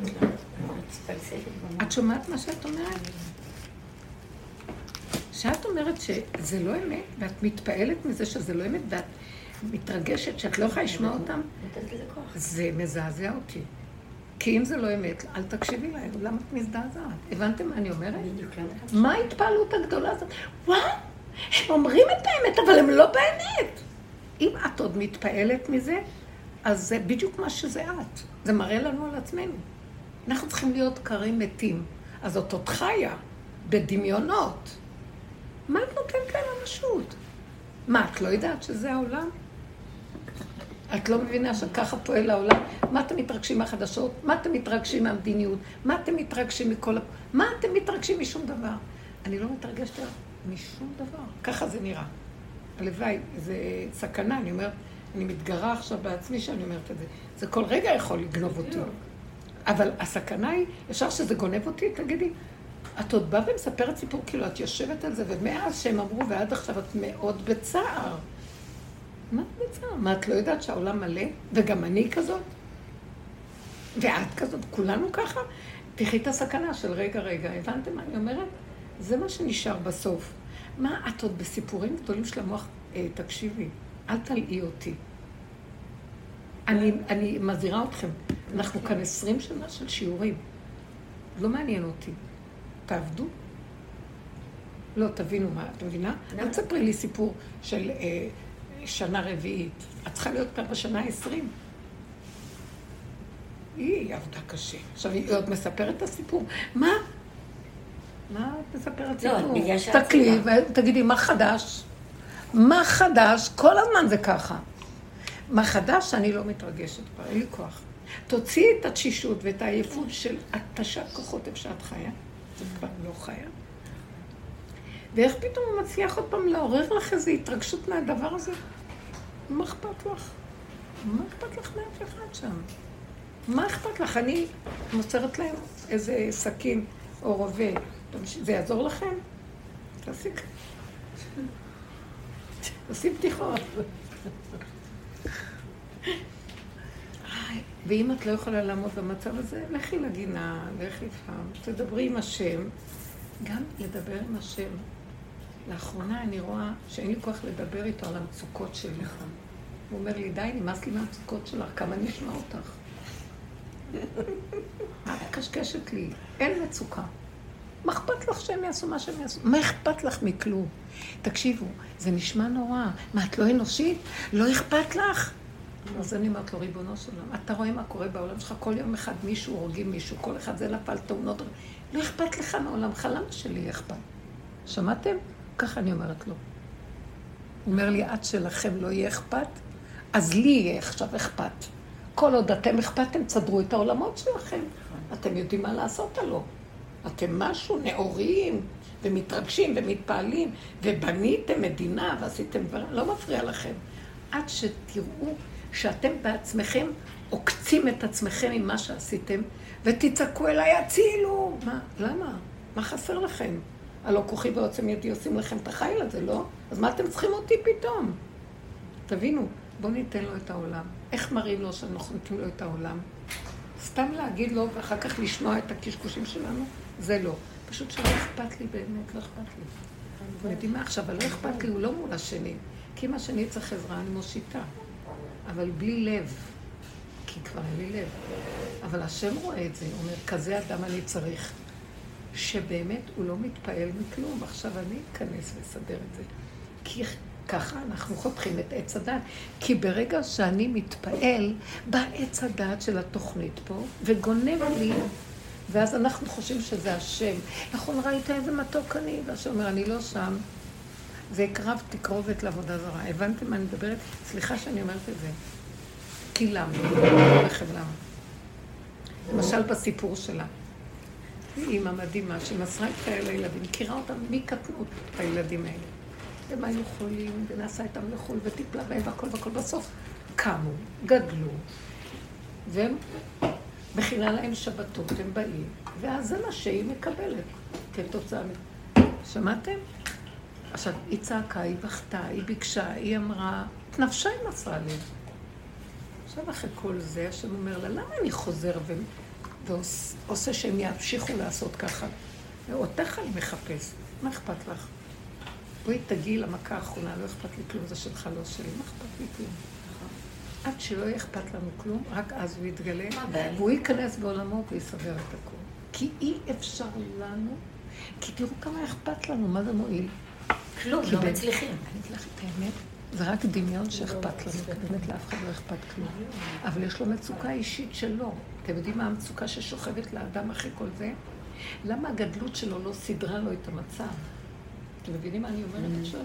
את שומעת מה שאת אומרת? שאת אומרת שזה לא אמת, ואת מתפעלת מזה שזה לא אמת, ואת מתרגשת שאת לא יכולה לשמוע אותם, זה מזעזע אותי. כי אם זה לא אמת, אל תקשיבי להם, למה את מזדעזעת? הבנתם מה אני אומרת? מה ההתפעלות הגדולה הזאת? וואו, הם אומרים את האמת, אבל הם לא באמת. אם את עוד מתפעלת מזה, אז זה בדיוק מה שזה את. זה מראה לנו על עצמנו. אנחנו צריכים להיות קרים מתים. אז זאת עוד חיה, בדמיונות. מה את נותנת להם ממשות? מה, את לא יודעת שזה העולם? את לא מבינה שככה פועל העולם? מה אתם מתרגשים מהחדשות? מה אתם מתרגשים מהמדיניות? מה אתם מתרגשים מכל... מה אתם מתרגשים משום דבר? אני לא מתרגשת משום דבר. ככה זה נראה. הלוואי, זה סכנה, אני אומרת, אני מתגרה עכשיו בעצמי שאני אומרת את זה. זה כל רגע יכול לגנוב אותי. אבל הסכנה היא, ישר שזה גונב אותי, תגידי, את עוד באה ומספרת סיפור, כאילו את יושבת על זה, ומאז שהם אמרו, ועד עכשיו את מאוד בצער. מה את בצער? מה, את לא יודעת שהעולם מלא? וגם אני כזאת? ואת כזאת? כולנו ככה? תחי את הסכנה של רגע, רגע. הבנתם מה אני אומרת? זה מה שנשאר בסוף. מה, את עוד בסיפורים גדולים של המוח? אה, תקשיבי, אל תלעי אותי. אני, אני מזהירה אתכם. אנחנו כאן עשרים שנה של שיעורים. לא מעניין אותי. תעבדו? לא, תבינו מה, את מבינה? אל תספרי לי סיפור של אה, שנה רביעית. את צריכה להיות כאן בשנה העשרים. היא עבדה קשה. עכשיו, היא עוד מספרת את הסיפור. מה? מה את מספרת לא, סיפור? בגלל שאת תקלי סיפרת. ותגידי, מה חדש? מה חדש? כל הזמן זה ככה. מה חדש? אני לא מתרגשת כבר, אין לי כוח. תוציאי את התשישות ואת העייפות של התשת כוחות איפה שאת חיה. זה כבר לא חיה. ואיך פתאום הוא מצליח עוד פעם לעורר לך איזו התרגשות מהדבר הזה? מה אכפת לך? מה אכפת לך מאף אחד שם? מה אכפת לך? אני מוסרת להם איזה סכין או רובה. זה יעזור לכם? תעשי ככה. תעשי פתיחות. ואם את לא יכולה לעמוד במצב הזה, לכי לגינה, לכי פעם, תדברי עם השם. גם לדבר עם השם. לאחרונה אני רואה שאין לי כוח לדבר איתו על המצוקות שלי. הוא אומר לי, די, נמאס לי מהמצוקות שלך, כמה אני אשמע אותך. את קשקשת לי, אין מצוקה. מה אכפת לך שהם יעשו מה שהם יעשו? מה אכפת לך מכלום? תקשיבו, זה נשמע נורא. מה, את לא אנושית? לא אכפת לך? אז אני אומרת לו, ריבונו של עולם, אתה רואה מה קורה בעולם שלך? כל יום אחד מישהו הורגים מישהו, כל אחד זה נפל תאונות. לא אכפת לך מעולמך, למה שלי אכפת? שמעתם? ככה אני אומרת לו. הוא אומר לי, עד שלכם לא יהיה אכפת, אז לי יהיה עכשיו אכפת. כל עוד אתם אכפת, תסדרו את העולמות שלכם. אתם יודעים מה לעשות עלו. אתם משהו נאורים, ומתרגשים ומתפעלים, ובניתם מדינה ועשיתם דברים, לא מפריע לכם. עד שתראו שאתם בעצמכם עוקצים את עצמכם עם מה שעשיתם, ותצעקו אליי, הצילו. מה? למה? מה חסר לכם? הלא כוחי ועוצם ידי עושים לכם את החיל הזה, לא? אז מה אתם צריכים אותי פתאום? תבינו, בואו ניתן לו את העולם. איך מראים לו שאנחנו נותנים לו את העולם? סתם להגיד לו ואחר כך לשמוע את הקשקושים שלנו? זה לא. פשוט שלא אכפת לי באמת, לא אכפת לי. אתם יודעים מה עכשיו? אבל לא אכפת לי, הוא לא מול השני. כי אם השני צריך עזרה, אני מושיטה. אבל בלי לב. כי כבר אין לי לב. אבל השם רואה את זה, הוא אומר, כזה אדם אני צריך. שבאמת הוא לא מתפעל מכלום. עכשיו אני אכנס וסדר את זה. כי ככה אנחנו חותכים את עץ הדת. כי ברגע שאני מתפעל, בא עץ הדת של התוכנית פה, וגונב לי, ואז אנחנו חושבים שזה השם. נכון, ראית איזה מתוק אני? והשם אומר, אני לא שם. זה הקרב תקרובת לעבודה זרה. הבנתם מה אני מדברת? סליחה שאני אומרת את זה. כי למה? לכם למה? למשל בסיפור שלה. היא אימא מדהימה שמסרה את חיי לילדים, מכירה אותם מקטנות, הילדים האלה. הם היו חולים, ונעשה איתם לחול, וטיפלה בהם, והכל והכל בסוף קמו, גדלו, והם מכינה להם שבתות, הם באים, ואז זה מה שהיא מקבלת, כתוצאה. שמעתם? עכשיו, היא צעקה, היא בכתה, היא ביקשה, היא אמרה, את נפשה היא מסרה לי. עכשיו אחרי כל זה, השם אומר לה, למה אני חוזר ו... ועושה שהם ימשיכו לעשות ככה? ואותך אני מחפש, מה אכפת לך? בואי תגיעי למכה האחרונה, לא אכפת לי כלום, זה שלך לא שלי, מה אכפת לי כלום? עד שלא יהיה אכפת לנו כלום, רק אז הוא יתגלה, והוא ייכנס בעולמו ויסדר את הכל. כי אי אפשר לנו, כי תראו כמה אכפת לנו, מה זה מועיל? כלום, לא מצליחים. אני אגיד לך את האמת, זה רק דמיון שאכפת לנו, כי באמת לאף אחד לא אכפת כלום. אבל יש לו מצוקה אישית שלו. אתם יודעים מה המצוקה ששוכבת לאדם אחרי כל זה? למה הגדלות שלו לא סדרה לו את המצב? אתם מבינים מה אני אומרת עכשיו?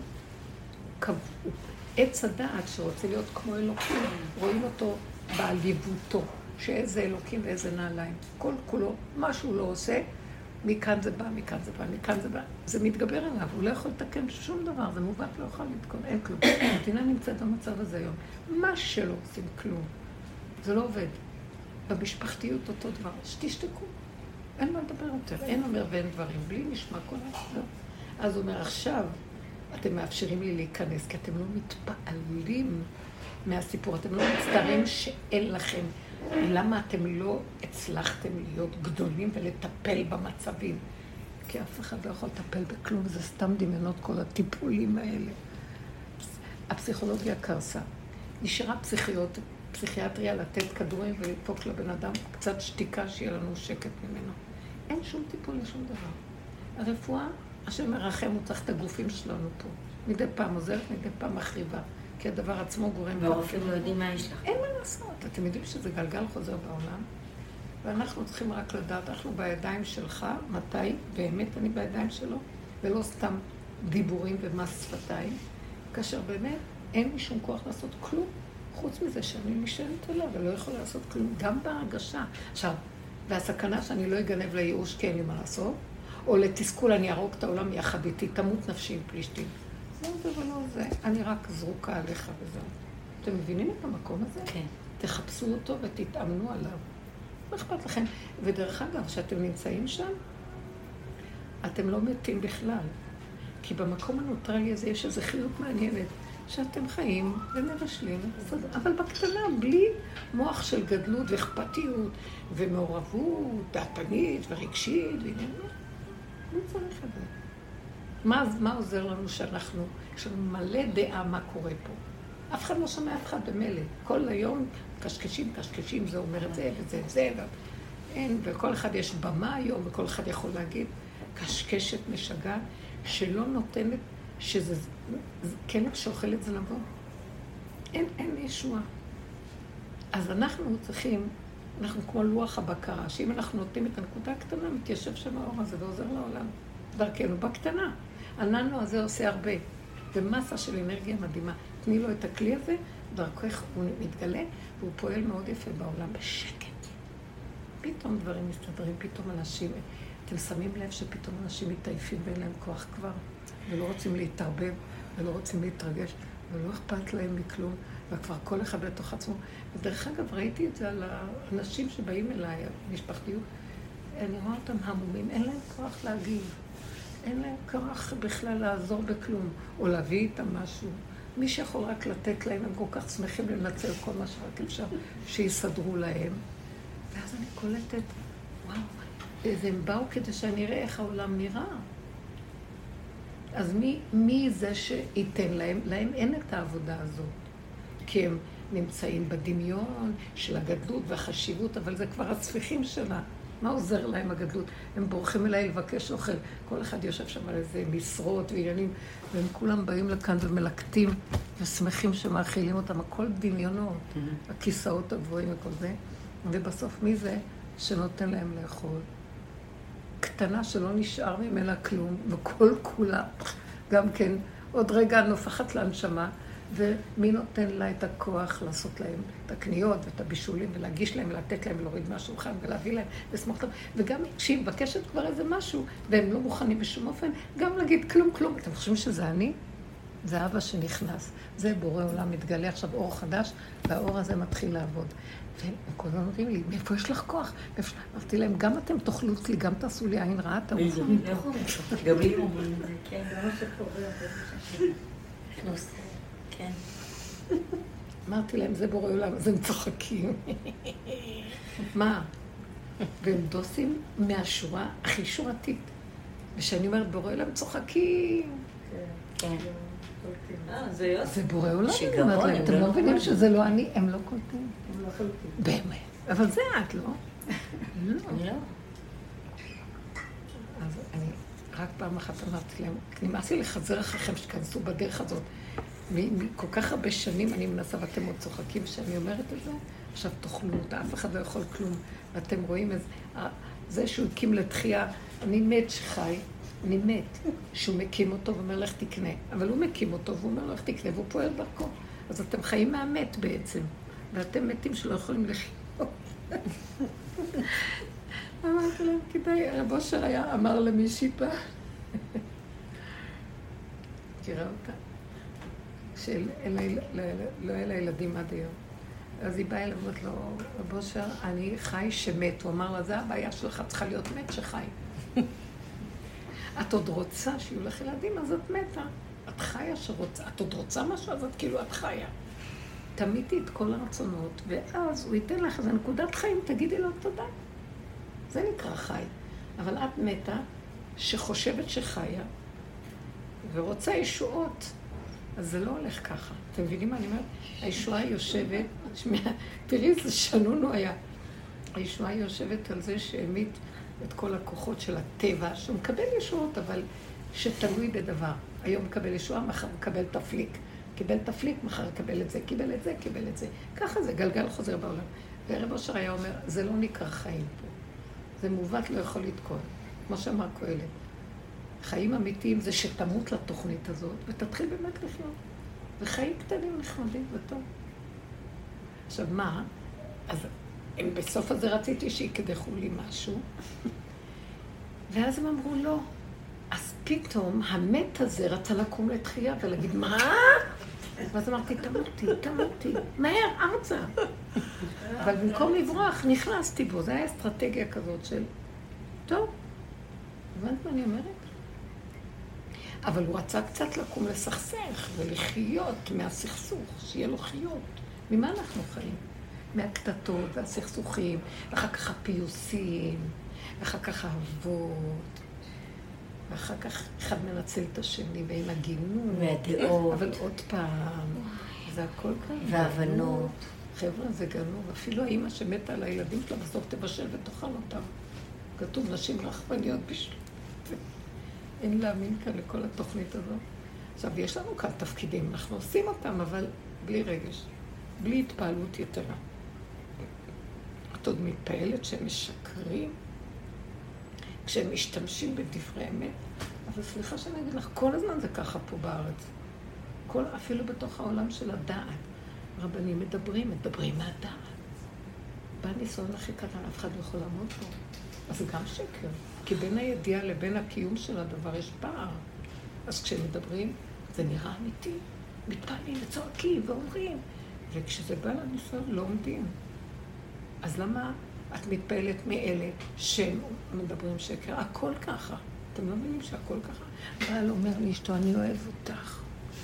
קבעו. עץ הדעת שרוצה להיות כמו אלוקים, רואים אותו בעליבותו, שאיזה אלוקים ואיזה נעליים. כל כולו, מה שהוא לא עושה, מכאן זה בא, מכאן זה בא, מכאן זה בא. זה מתגבר עליו, הוא לא יכול לתקן שום דבר, זה מובן, לא יכול לתקון, אין כלום. המדינה נמצאת במצב הזה היום. מה שלא עושים כלום, זה לא עובד. במשפחתיות אותו דבר, שתשתקו. אין מה לדבר יותר, אין אומר ואין דברים, בלי נשמע כל הזמן. אז הוא אומר, עכשיו אתם מאפשרים לי להיכנס, כי אתם לא מתפעלים מהסיפור, אתם לא מצטערים שאין לכם. למה אתם לא הצלחתם להיות גדולים ולטפל במצבים? כי אף אחד לא יכול לטפל בכלום, זה סתם דמיונות כל הטיפולים האלה. הפסיכולוגיה קרסה. נשארה פסיכיות, פסיכיאטריה לתת כדורים ולדפוק לבן אדם קצת שתיקה שיהיה לנו שקט ממנו. אין שום טיפול לשום דבר. הרפואה, השם מרחם, הוא צריך את הגופים שלנו פה. מדי פעם עוזרת, מדי פעם מחריבה. כי הדבר עצמו גורם... והרופאים לא יודעים מה יש לך. אין מה לעשות. אתם יודעים שזה גלגל חוזר בעולם? ואנחנו צריכים רק לדעת, אנחנו בידיים שלך, מתי באמת אני בידיים שלו, ולא סתם דיבורים ומס שפתיים, כאשר באמת אין לי שום כוח לעשות כלום, חוץ מזה שאני נשארת עליו ולא יכולה לעשות כלום, גם בהרגשה. עכשיו, והסכנה שאני לא אגנב לייאוש כי אין לי מה לעשות, או לתסכול אני ארוג את העולם יחד איתי, תמות נפשי עם פלישתים. לא זה ולא זה, אני רק זרוקה עליך וזהו. אתם מבינים את המקום הזה? כן. תחפשו אותו ותתאמנו עליו. מה אכפת לכם? ודרך אגב, שאתם נמצאים שם, אתם לא מתים בכלל. כי במקום הנוטרלי הזה יש איזו חיות מעניינת, שאתם חיים ומרשלים, אבל בקטנה, בלי מוח של גדלות ואכפתיות ומעורבות, דעתנית ורגשית ועניינות. לא צריך את זה. מה, מה עוזר לנו שאנחנו, יש לנו מלא דעה מה קורה פה? אף אחד לא שומע אף אחד במילא. כל היום קשקשים, קשקשים, זה אומר את זה וזה את זה. אין, וכל אחד יש במה היום, וכל אחד יכול להגיד קשקשת משגעת, שלא נותנת, שזה כלב שאוכל את זה לבוא. אין, אין ישועה. אז אנחנו צריכים, אנחנו כמו לוח הבקרה, שאם אנחנו נותנים את הנקודה הקטנה, מתיישב שם האור הזה ועוזר לעולם. דרכנו בקטנה. עננו הזה עושה הרבה. זה מסה של אנרגיה מדהימה. תני לו את הכלי הזה, דרכך הוא מתגלה, והוא פועל מאוד יפה בעולם בשקט. פתאום דברים מסתדרים, פתאום אנשים, אתם שמים לב שפתאום אנשים מתעייפים ואין להם כוח כבר, ולא רוצים להתערבב, ולא רוצים להתרגש, ולא אכפת להם מכלום, וכבר כל אחד בתוך עצמו. ודרך אגב, ראיתי את זה על האנשים שבאים אליי, המשפחתיות, אני רואה אותם המומים, אין להם כוח להגיב, אין להם כוח בכלל לעזור בכלום, או להביא איתם משהו. מי שיכול רק לתת להם, הם כל כך שמחים לנצל כל מה שרק אפשר, שיסדרו להם. ואז אני קולטת, וואו, אז הם באו כדי שאני אראה איך העולם נראה. אז מי, מי זה שייתן להם? להם אין את העבודה הזאת. כי הם נמצאים בדמיון של הגדלות והחשיבות, אבל זה כבר הספיחים שלה. מה עוזר להם הגדלות? הם בורחים אליי לבקש אוכל. כל אחד יושב שם על איזה משרות ועניינים, והם כולם באים לכאן ומלקטים ושמחים שמאכילים אותם. הכל דמיונות, הכיסאות הגבוהים וכל זה. ובסוף מי זה שנותן להם לאכול? קטנה שלא נשאר ממנה כלום, וכל כולה גם כן עוד רגע נופחת להנשמה, ומי נותן לה את הכוח לעשות להם את הקניות ואת הבישולים ולהגיש להם, לתת להם, להוריד מהשולחן ולהביא להם, לסמוך להם. וגם כשהיא מבקשת כבר איזה משהו, והם לא מוכנים בשום אופן, גם להגיד כלום כלום. אתם חושבים שזה אני? זה אבא שנכנס. זה בורא עולם מתגלה עכשיו אור חדש, והאור הזה מתחיל לעבוד. והם כל הזמן אומרים לי, מאיפה יש לך כוח? אמרתי להם, גם אתם תאכלו לי, גם תעשו לי עין רעה, אתם רוצים. גם לי אומרים את זה, כן. זה מה שקורה. כן. אמרתי להם, זה בורא עולם, אז הם צוחקים. מה? והם דוסים מהשורה הכי שורתית. ושאני אומרת, בורא עולם צוחקים. כן. זה בורא עולם, אתם לא מבינים שזה לא אני, הם לא קולטים. הם לא קולטים. באמת. אבל זה את, לא? לא. אז אני רק פעם אחת אמרתי להם, נמאס לי לחזר אחריכם שתכנסו בדרך הזאת. כל כך הרבה שנים אני מנסה ואתם עוד צוחקים שאני אומרת את זה, עכשיו תאכלו אותה, אף אחד לא יכול כלום. ואתם רואים את זה שהוא הקים לתחייה, אני מת שחי, אני מת, שהוא מקים אותו ואומר לך תקנה. אבל הוא מקים אותו והוא אומר לך תקנה והוא פועל דרכו. אז אתם חיים מהמת בעצם, ואתם מתים שלא יכולים לחיות. אמרתי להם, כדאי, רב אושר היה, אמר למישהי פעם. תראה אותה. שלא היה לילדים עד היום. אז היא באה אליו ואומרת לו, רב אושר, אני חי שמת. הוא אמר לה, זה הבעיה שלך, צריכה להיות מת שחי. את עוד רוצה שיהיו לך ילדים, אז את מתה. את חיה שרוצה, את עוד רוצה משהו, אז את כאילו את חיה. תמיתי את כל הרצונות, ואז הוא ייתן לך איזה נקודת חיים, תגידי לו תודה. זה נקרא חי. אבל את מתה שחושבת שחיה, ורוצה ישועות. אז זה לא הולך ככה. אתם מבינים מה אני אומרת? הישועה יושבת, תראי איזה שנון הוא היה. הישועה יושבת על זה שהעמיד את כל הכוחות של הטבע, שהוא מקבל ישועות, אבל שתלוי בדבר. היום מקבל ישועה, מחר מקבל תפליק. קיבל תפליק, מחר קיבל את זה, קיבל את זה, קיבל את זה. ככה זה, גלגל חוזר בעולם. והרב אושר היה אומר, זה לא נקרא חיים פה. זה מעוות לא יכול לתקון. כמו שאמר קהלת. חיים אמיתיים זה שתמות לתוכנית הזאת, ותתחיל באמת לחיות. וחיים קטנים נחמדים וטוב. עכשיו מה? אז הם בסוף הזה רציתי שיקדחו לי משהו, ואז הם אמרו לא. אז פתאום המת הזה רצה לקום לתחייה ולהגיד, מה? ואז אמרתי, תמותי, תמותי, מהר, ארצה. אבל במקום לברוח, נכנסתי בו. זו הייתה אסטרטגיה כזאת של, טוב, הבנת מה אני אומרת? אבל הוא רצה קצת לקום לסכסך ולחיות מהסכסוך, שיהיה לו חיות. ממה אנחנו חיים? מהקטטות והסכסוכים, ואחר כך הפיוסים, ואחר כך האהבות, ואחר כך אחד מנצל את השני, ועם הגינות. והדעות. אבל עוד פעם, זה הכל כאן. והבנות. חבר'ה, זה גנוב. אפילו האמא שמתה על הילדים שלה, בסוף תבשל ותאכל אותם. כתוב נשים רחמניות בשביל. אין להאמין כאן לכל התוכנית הזאת. עכשיו, יש לנו כאן תפקידים, אנחנו עושים אותם, אבל בלי רגש, בלי התפעלות יתרה. את עוד מתפעלת שהם משקרים, כשהם משתמשים בדברי אמת. אבל סליחה שאני אגיד לך, כל הזמן זה ככה פה בארץ. כל, אפילו בתוך העולם של הדעת. רבנים מדברים, מדברים מהדעת. בניסיון הכי קטן, אף אחד לא יכול לעמוד פה. אז זה גם שקר. כי בין הידיעה לבין הקיום של הדבר יש פער. אז כשהם מדברים, זה נראה אמיתי. מתפעלים וצועקים ואומרים. וכשזה בא לניסיון, לא עומדים. אז למה את מתפעלת מאלה שהם מדברים שקר? הכל ככה. אתם לא מבינים שהכל ככה? בעל אומר לאשתו, אני אוהב אותך.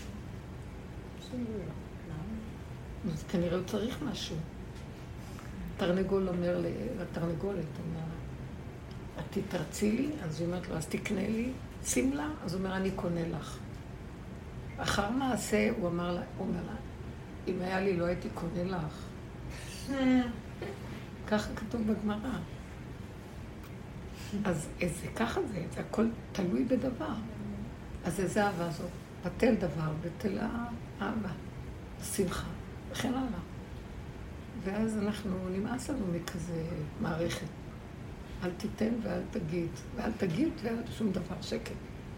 אז כנראה הוא צריך משהו. תרנגול אומר לתרנגולת, אומר, את תתרצי לי? אז היא אומרת לו, אז תקנה לי, שים לה, אז הוא אומר, אני קונה לך. אחר מעשה, הוא אמר לה, הוא אומר לה, אם היה לי, לא הייתי קונה לך. ככה כתוב בגמרא. אז איזה, ככה זה, זה הכל תלוי בדבר. אז איזה אהבה זאת? בטל דבר, בטל אהבה, שמחה, וכן הלאה. ואז אנחנו נמאס לנו מכזה מערכת. אל תיתן ואל תגיד, ואל תגיד ואל שום דבר, שקט.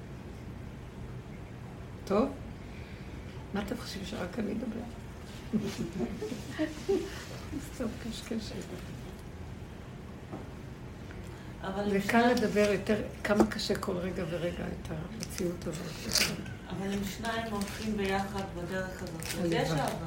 טוב? מה אתם חושבים שרק אני אדבר? סתם קשקשת. זה קל לדבר יותר, כמה קשה כל רגע ורגע את המציאות הזאת. אבל אם שניים הולכים ביחד בדרך הזאת, אז יש אהבה.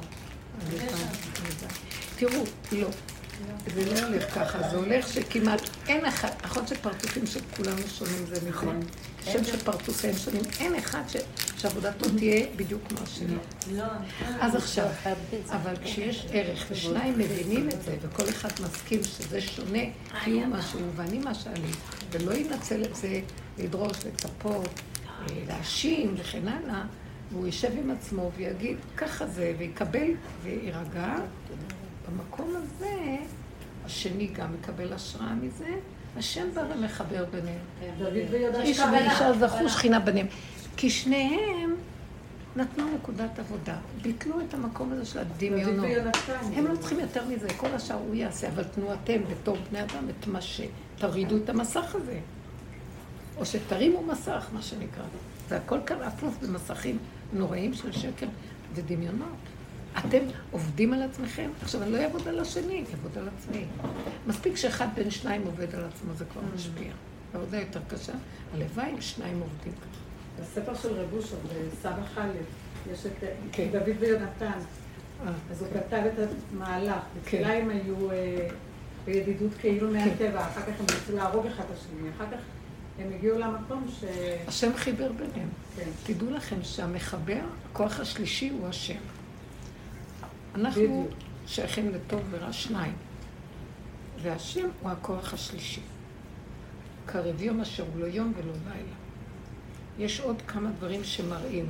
תראו, לא. זה לא הולך ככה, זה הולך שכמעט אין אחד, נכון שפרצופים שכולנו שונים זה נכון, שם שפרצופיהם שונים, אין אחד שעבודתו תהיה בדיוק כמו השני. אז עכשיו, אבל כשיש ערך ושניים מבינים את זה וכל אחד מסכים שזה שונה, כי הוא משהו ואני מה שאני, ולא ינצל את זה לדרוש, לצפות, להאשים וכן הלאה, והוא יישב עם עצמו ויגיד ככה זה ויקבל וירגע, במקום הזה, השני גם מקבל השראה מזה, השם ברא מחבר ביניהם. איש ואישה זכו שכינה ביניהם. כי שניהם נתנו נקודת עבודה, ביטלו את המקום הזה של הדמיונות. הם לא צריכים יותר מזה, כל השאר הוא יעשה, אבל תנו אתם בתור בני אדם את מה שתרידו את המסך הזה. או שתרימו מסך, מה שנקרא. זה הכל כאן אפוף במסכים נוראים של שקר ודמיונות. אתם עובדים על עצמכם, עכשיו אני לא אעבוד על השני, אני אעבוד על עצמי. מספיק שאחד בין שניים עובד על עצמו, זה כבר משפיע. העבודה יותר קשה, הלוואי אם שניים עובדים ככה. בספר של רב אושר, בסבא חלב, יש את דוד ויונתן, אז הוא כתב את המהלך. בתחילה הם היו בידידות כאילו מהטבע, אחר כך הם רצו להרוג אחד השני, אחר כך הם הגיעו למקום ש... השם חיבר ביניהם. תדעו לכם שהמחבר, הכוח השלישי הוא השם. אנחנו שייכים לטוב ורע שניים, והשם הוא הכוח השלישי. קרב יום אשר הוא לא יום ולא לילה. יש עוד כמה דברים שמראים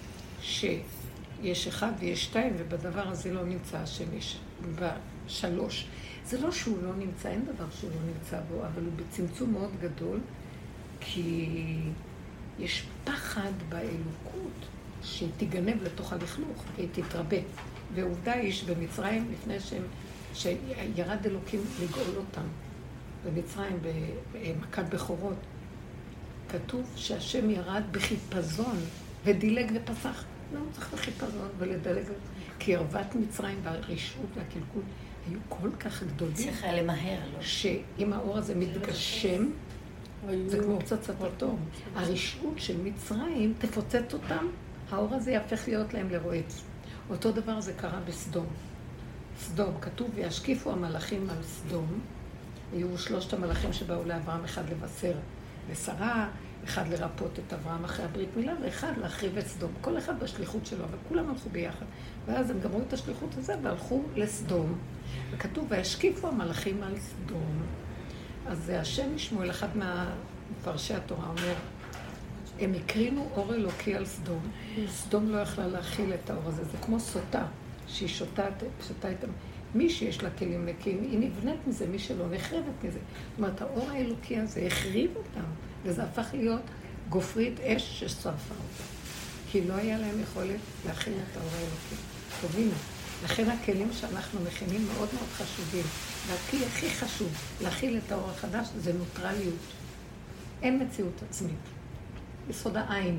שיש אחד ויש שתיים, ובדבר הזה לא נמצא השני בשלוש. זה לא שהוא לא נמצא, אין דבר שהוא לא נמצא בו, אבל הוא בצמצום מאוד גדול, כי יש פחד באלוקות שהיא תיגנב לתוך הלכלוך, והיא תתרבה. ועובדה היא שבמצרים, לפני שהם, שירד אלוקים לגאול אותם, במצרים, במכת בכורות, כתוב שהשם ירד בחיפזון, ודילג ופסח. לא צריך בחיפזון ולדלג, כי ערוות מצרים והרשעות והקלקול היו כל כך גדולים. צריך היה למהר, לא? שאם האור הזה מתגשם, זה כמו פצצת אטום. הרשעות של מצרים תפוצץ אותם, האור הזה יהפך להיות להם לרועץ. אותו דבר זה קרה בסדום. סדום, כתוב, וישקיפו המלאכים על סדום, היו שלושת המלאכים שבאו לאברהם, אחד לבשר לשרה, אחד לרפות את אברהם אחרי הברית מילה, ואחד להחריב את סדום. כל אחד בשליחות שלו, אבל כולם הלכו ביחד. ואז הם גמרו את השליחות הזה והלכו לסדום. וכתוב, וישקיפו המלאכים על סדום. אז זה השם משמואל, אחד מהמפרשי התורה, אומר, הם הקרינו אור אלוקי על סדום. סדום לא יכלה להכיל את האור הזה, זה כמו סוטה, שהיא שותה, שותה את... מי שיש לה כלים נקיים, היא נבנית מזה, מי שלא נחרבת מזה. זאת אומרת, האור האלוקי הזה החריב אותם, וזה הפך להיות גופרית אש ששרפה אותם. כי לא היה להם יכולת להכין את האור האלוקי. תבינו, לכן הכלים שאנחנו מכינים מאוד מאוד חשובים. והכלי הכי חשוב להכיל את האור החדש זה נוטרליות. אין מציאות עצמית. יסוד העין.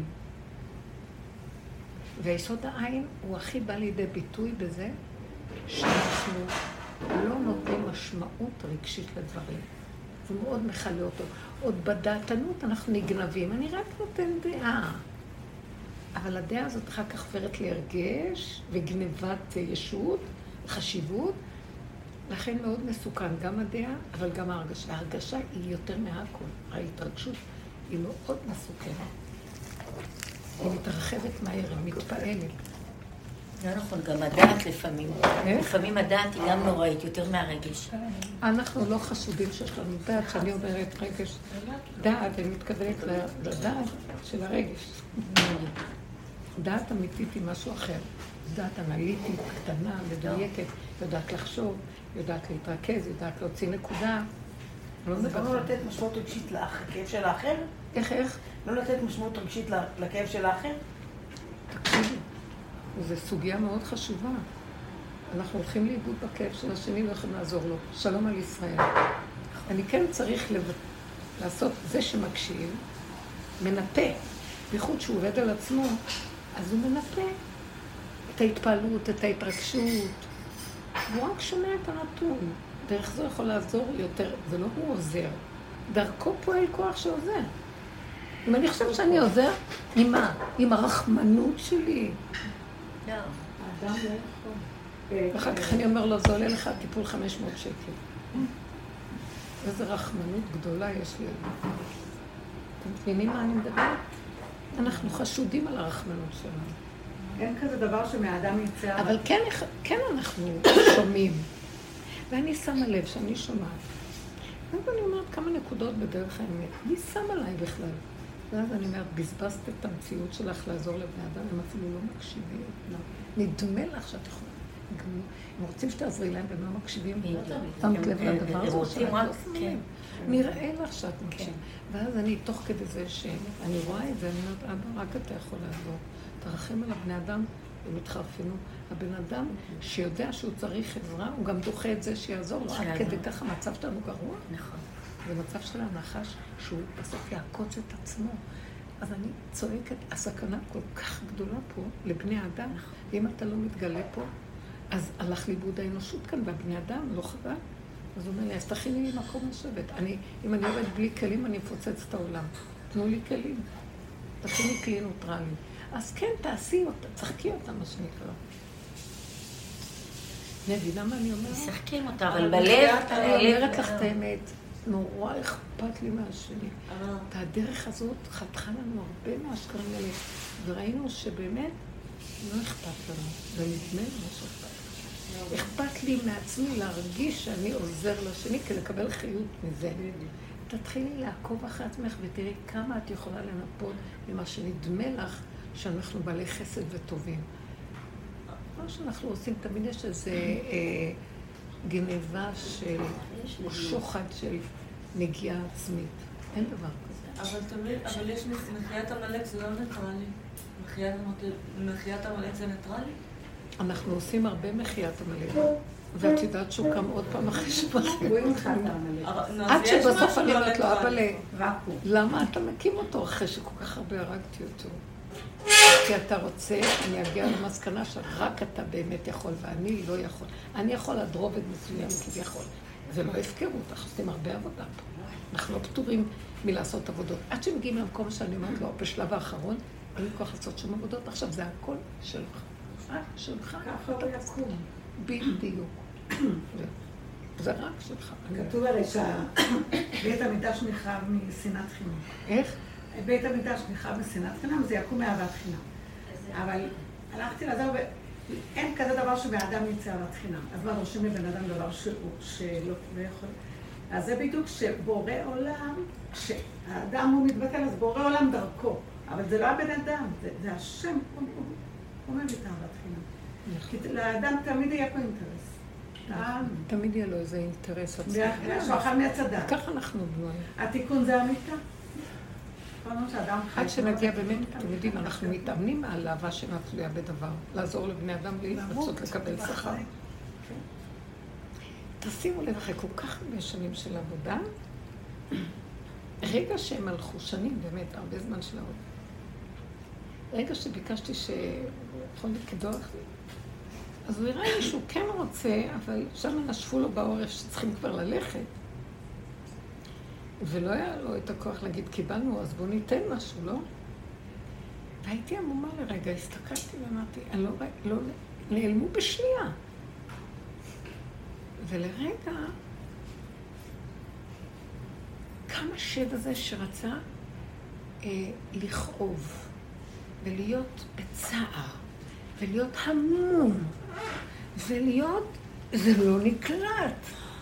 ויסוד העין הוא הכי בא לידי ביטוי בזה שאנחנו לא נותנים משמעות רגשית לדברים. זה מאוד מחלה אותו. עוד בדעתנות אנחנו נגנבים. אני רק נותן דעה. אבל הדעה הזאת אחר כך עוברת להרגש וגנבת ישות, חשיבות. לכן מאוד מסוכן גם הדעה, אבל גם ההרגשה. ההרגשה היא יותר מהכל. ההתרגשות היא מאוד מסוכנת. היא מתרחבת מהר, היא מתפעלת. לא נכון, גם הדעת לפעמים. לפעמים הדעת היא גם נוראית, יותר מהרגש. אנחנו לא חשודים שיש לנו דעת, שאני אומרת רגש. דעת, אני מתכוונת לדעת של הרגש. דעת אמיתית היא משהו אחר. דעת אנליטית, קטנה, מדויקת, יודעת לחשוב, יודעת להתרכז, יודעת להוציא נקודה. זה גם לא לתת משמעות רגשית לכאב של האחר? איך, איך? לא לתת משמעות רגשית לכאב של האחר? תקשיבי, זו סוגיה מאוד חשובה. אנחנו הולכים לאיבוד בכאב של השני ויכולים לעזור לו. שלום על ישראל. אני כן צריך לב... לעשות זה שמקשיב, מנפה, בייחוד שהוא עובד על עצמו, אז הוא מנפה את ההתפעלות, את ההתרגשות. הוא רק שומע את הנתון. דרך זו יכול לעזור יותר, זה לא הוא עוזר. דרכו פועל כוח שעוזר. אם אני חושב שאני עוזר, עם מה? עם הרחמנות שלי. לא. האדם לא יכול. ואחר כך אני אומר לו, זה עולה לך טיפול חמש מאות שקל. איזו רחמנות גדולה יש לי. אתם מבינים מה אני מדברת? אנחנו חשודים על הרחמנות שלנו. אין כזה דבר שמאדם יצא... אבל כן, כן אנחנו שומעים. ואני שמה לב שאני שומעת. ואני אומרת כמה נקודות בדרך האמת. מי שם עליי בכלל? ואז אני אומרת, בזבזת את המציאות שלך לעזור לבני אדם, הם אפילו לא מקשיבים. לא. נדמה לך שאת יכולה. הם רוצים שתעזרי להם והם לא מקשיבים. שמת לב לדבר הזה שאת לא שמים. נראה לך שאת מקשיב. ואז אני, תוך כדי זה שאני רואה את זה, אני אומרת, אבא, רק אתה יכול לעזור. תרחם על הבני אדם ומתחרפנו. הבן אדם שיודע שהוא צריך עזרה, הוא גם דוחה את זה שיעזור לו. עד כדי כך המצב שלנו גרוע. נכון. זה מצב של הנחש שהוא בסוף יעקוץ את עצמו. אז אני צועקת, הסכנה כל כך גדולה פה לבני אדם. ואם אתה לא מתגלה פה, אז הלך לאיבוד האנושות כאן, והבני אדם לא חבל. אז הוא אומר לי, אז תכיני לי מקום לשבת. אני, אם אני עובד בלי כלים, אני אפוצץ את העולם. תנו לי כלים. תכיני כלי נוטרלי. אז כן, תעשי אותה, צחקי אותה, מה שנקרא. מבינה מה אני אומרת? משחקים אותה, אבל בלב... אני אומרת לך את האמת, נורא אכפת לי מהשני. והדרך הזאת חתכה לנו הרבה מהשקרים האלה, וראינו שבאמת לא אכפת לנו, ונדמה לנו שאכפת. אכפת לי מעצמי להרגיש שאני עוזר לשני כדי לקבל חיות מזה. תתחילי לעקוב אחרי עצמך ותראי כמה את יכולה לנפות ממה שנדמה לך שאנחנו בעלי חסד וטובים. מה שאנחנו עושים, תמיד יש איזו אה, גניבה של, או שוחד של נגיעה עצמית. אין דבר כזה. אבל תמיד, אבל יש נחיית המלאק, זה לא ניטרלי. מחיית עמלק זה ניטרלי? אנחנו עושים הרבה מחיית עמלק. ואת יודעת שהוא קם עוד פעם אחרי שבחים. עד שבסוף אני אומרת לו, אבל למה אתה מקים אותו אחרי שכל כך הרבה הרגתי אותו? כי אתה רוצה, אני אגיע למסקנה שרק אתה באמת יכול ואני לא יכול. אני יכול עד רובד מסוים כביכול. זה לא הפקרות, אנחנו עושים הרבה עבודה פה. אנחנו לא פטורים מלעשות עבודות. עד שמגיעים למקום שאני אומרת לו, בשלב האחרון, אין לי כוח לעשות שום עבודות, עכשיו זה הכל שלך. שלך. ככה הוא יקום. בדיוק. זה רק שלך. כתוב הרי שבית המקדש נחרב משנאת חינם. איך? בית המקדש נחרב משנאת חינם, זה יקום מאהבת חינם. אבל הלכתי לזה, אין כזה דבר שבאדם יצא אהבת חינם. אז מה דורשים לבן אדם דבר שלא יכול? אז זה בדיוק שבורא עולם, כשהאדם הוא מתבטל, אז בורא עולם דרכו. אבל זה לא הבן אדם, זה השם, הוא אומר את אהבת חינם. כי לאדם תמיד יהיה פה אינטרס. תמיד יהיה לו איזה אינטרס. שאכל מהצדק. ככה אנחנו בנויים. התיקון זה המיטה. עד שנגיע באמת, אתם יודעים, אנחנו מתאמנים על אהבה שאינה תלויה בדבר. לעזור לבני אדם להתרצות לקבל שכר. תשימו לב, אחרי כל כך הרבה שנים של עבודה, רגע שהם הלכו שנים, באמת, הרבה זמן של עבודה. רגע שביקשתי שיכול לקדוח לי, אז הוא הראה לי שהוא כן רוצה, אבל שם נשפו לו בעורף שצריכים כבר ללכת. ולא היה לו את הכוח להגיד, קיבלנו, אז בואו ניתן משהו, לא? והייתי עמומה לרגע, הסתכלתי ואמרתי, אני לא, לא, נעלמו בשנייה. ולרגע, כמה שד הזה שרצה אה, לכאוב, ולהיות בצער, ולהיות המום, ולהיות, זה לא נקלט.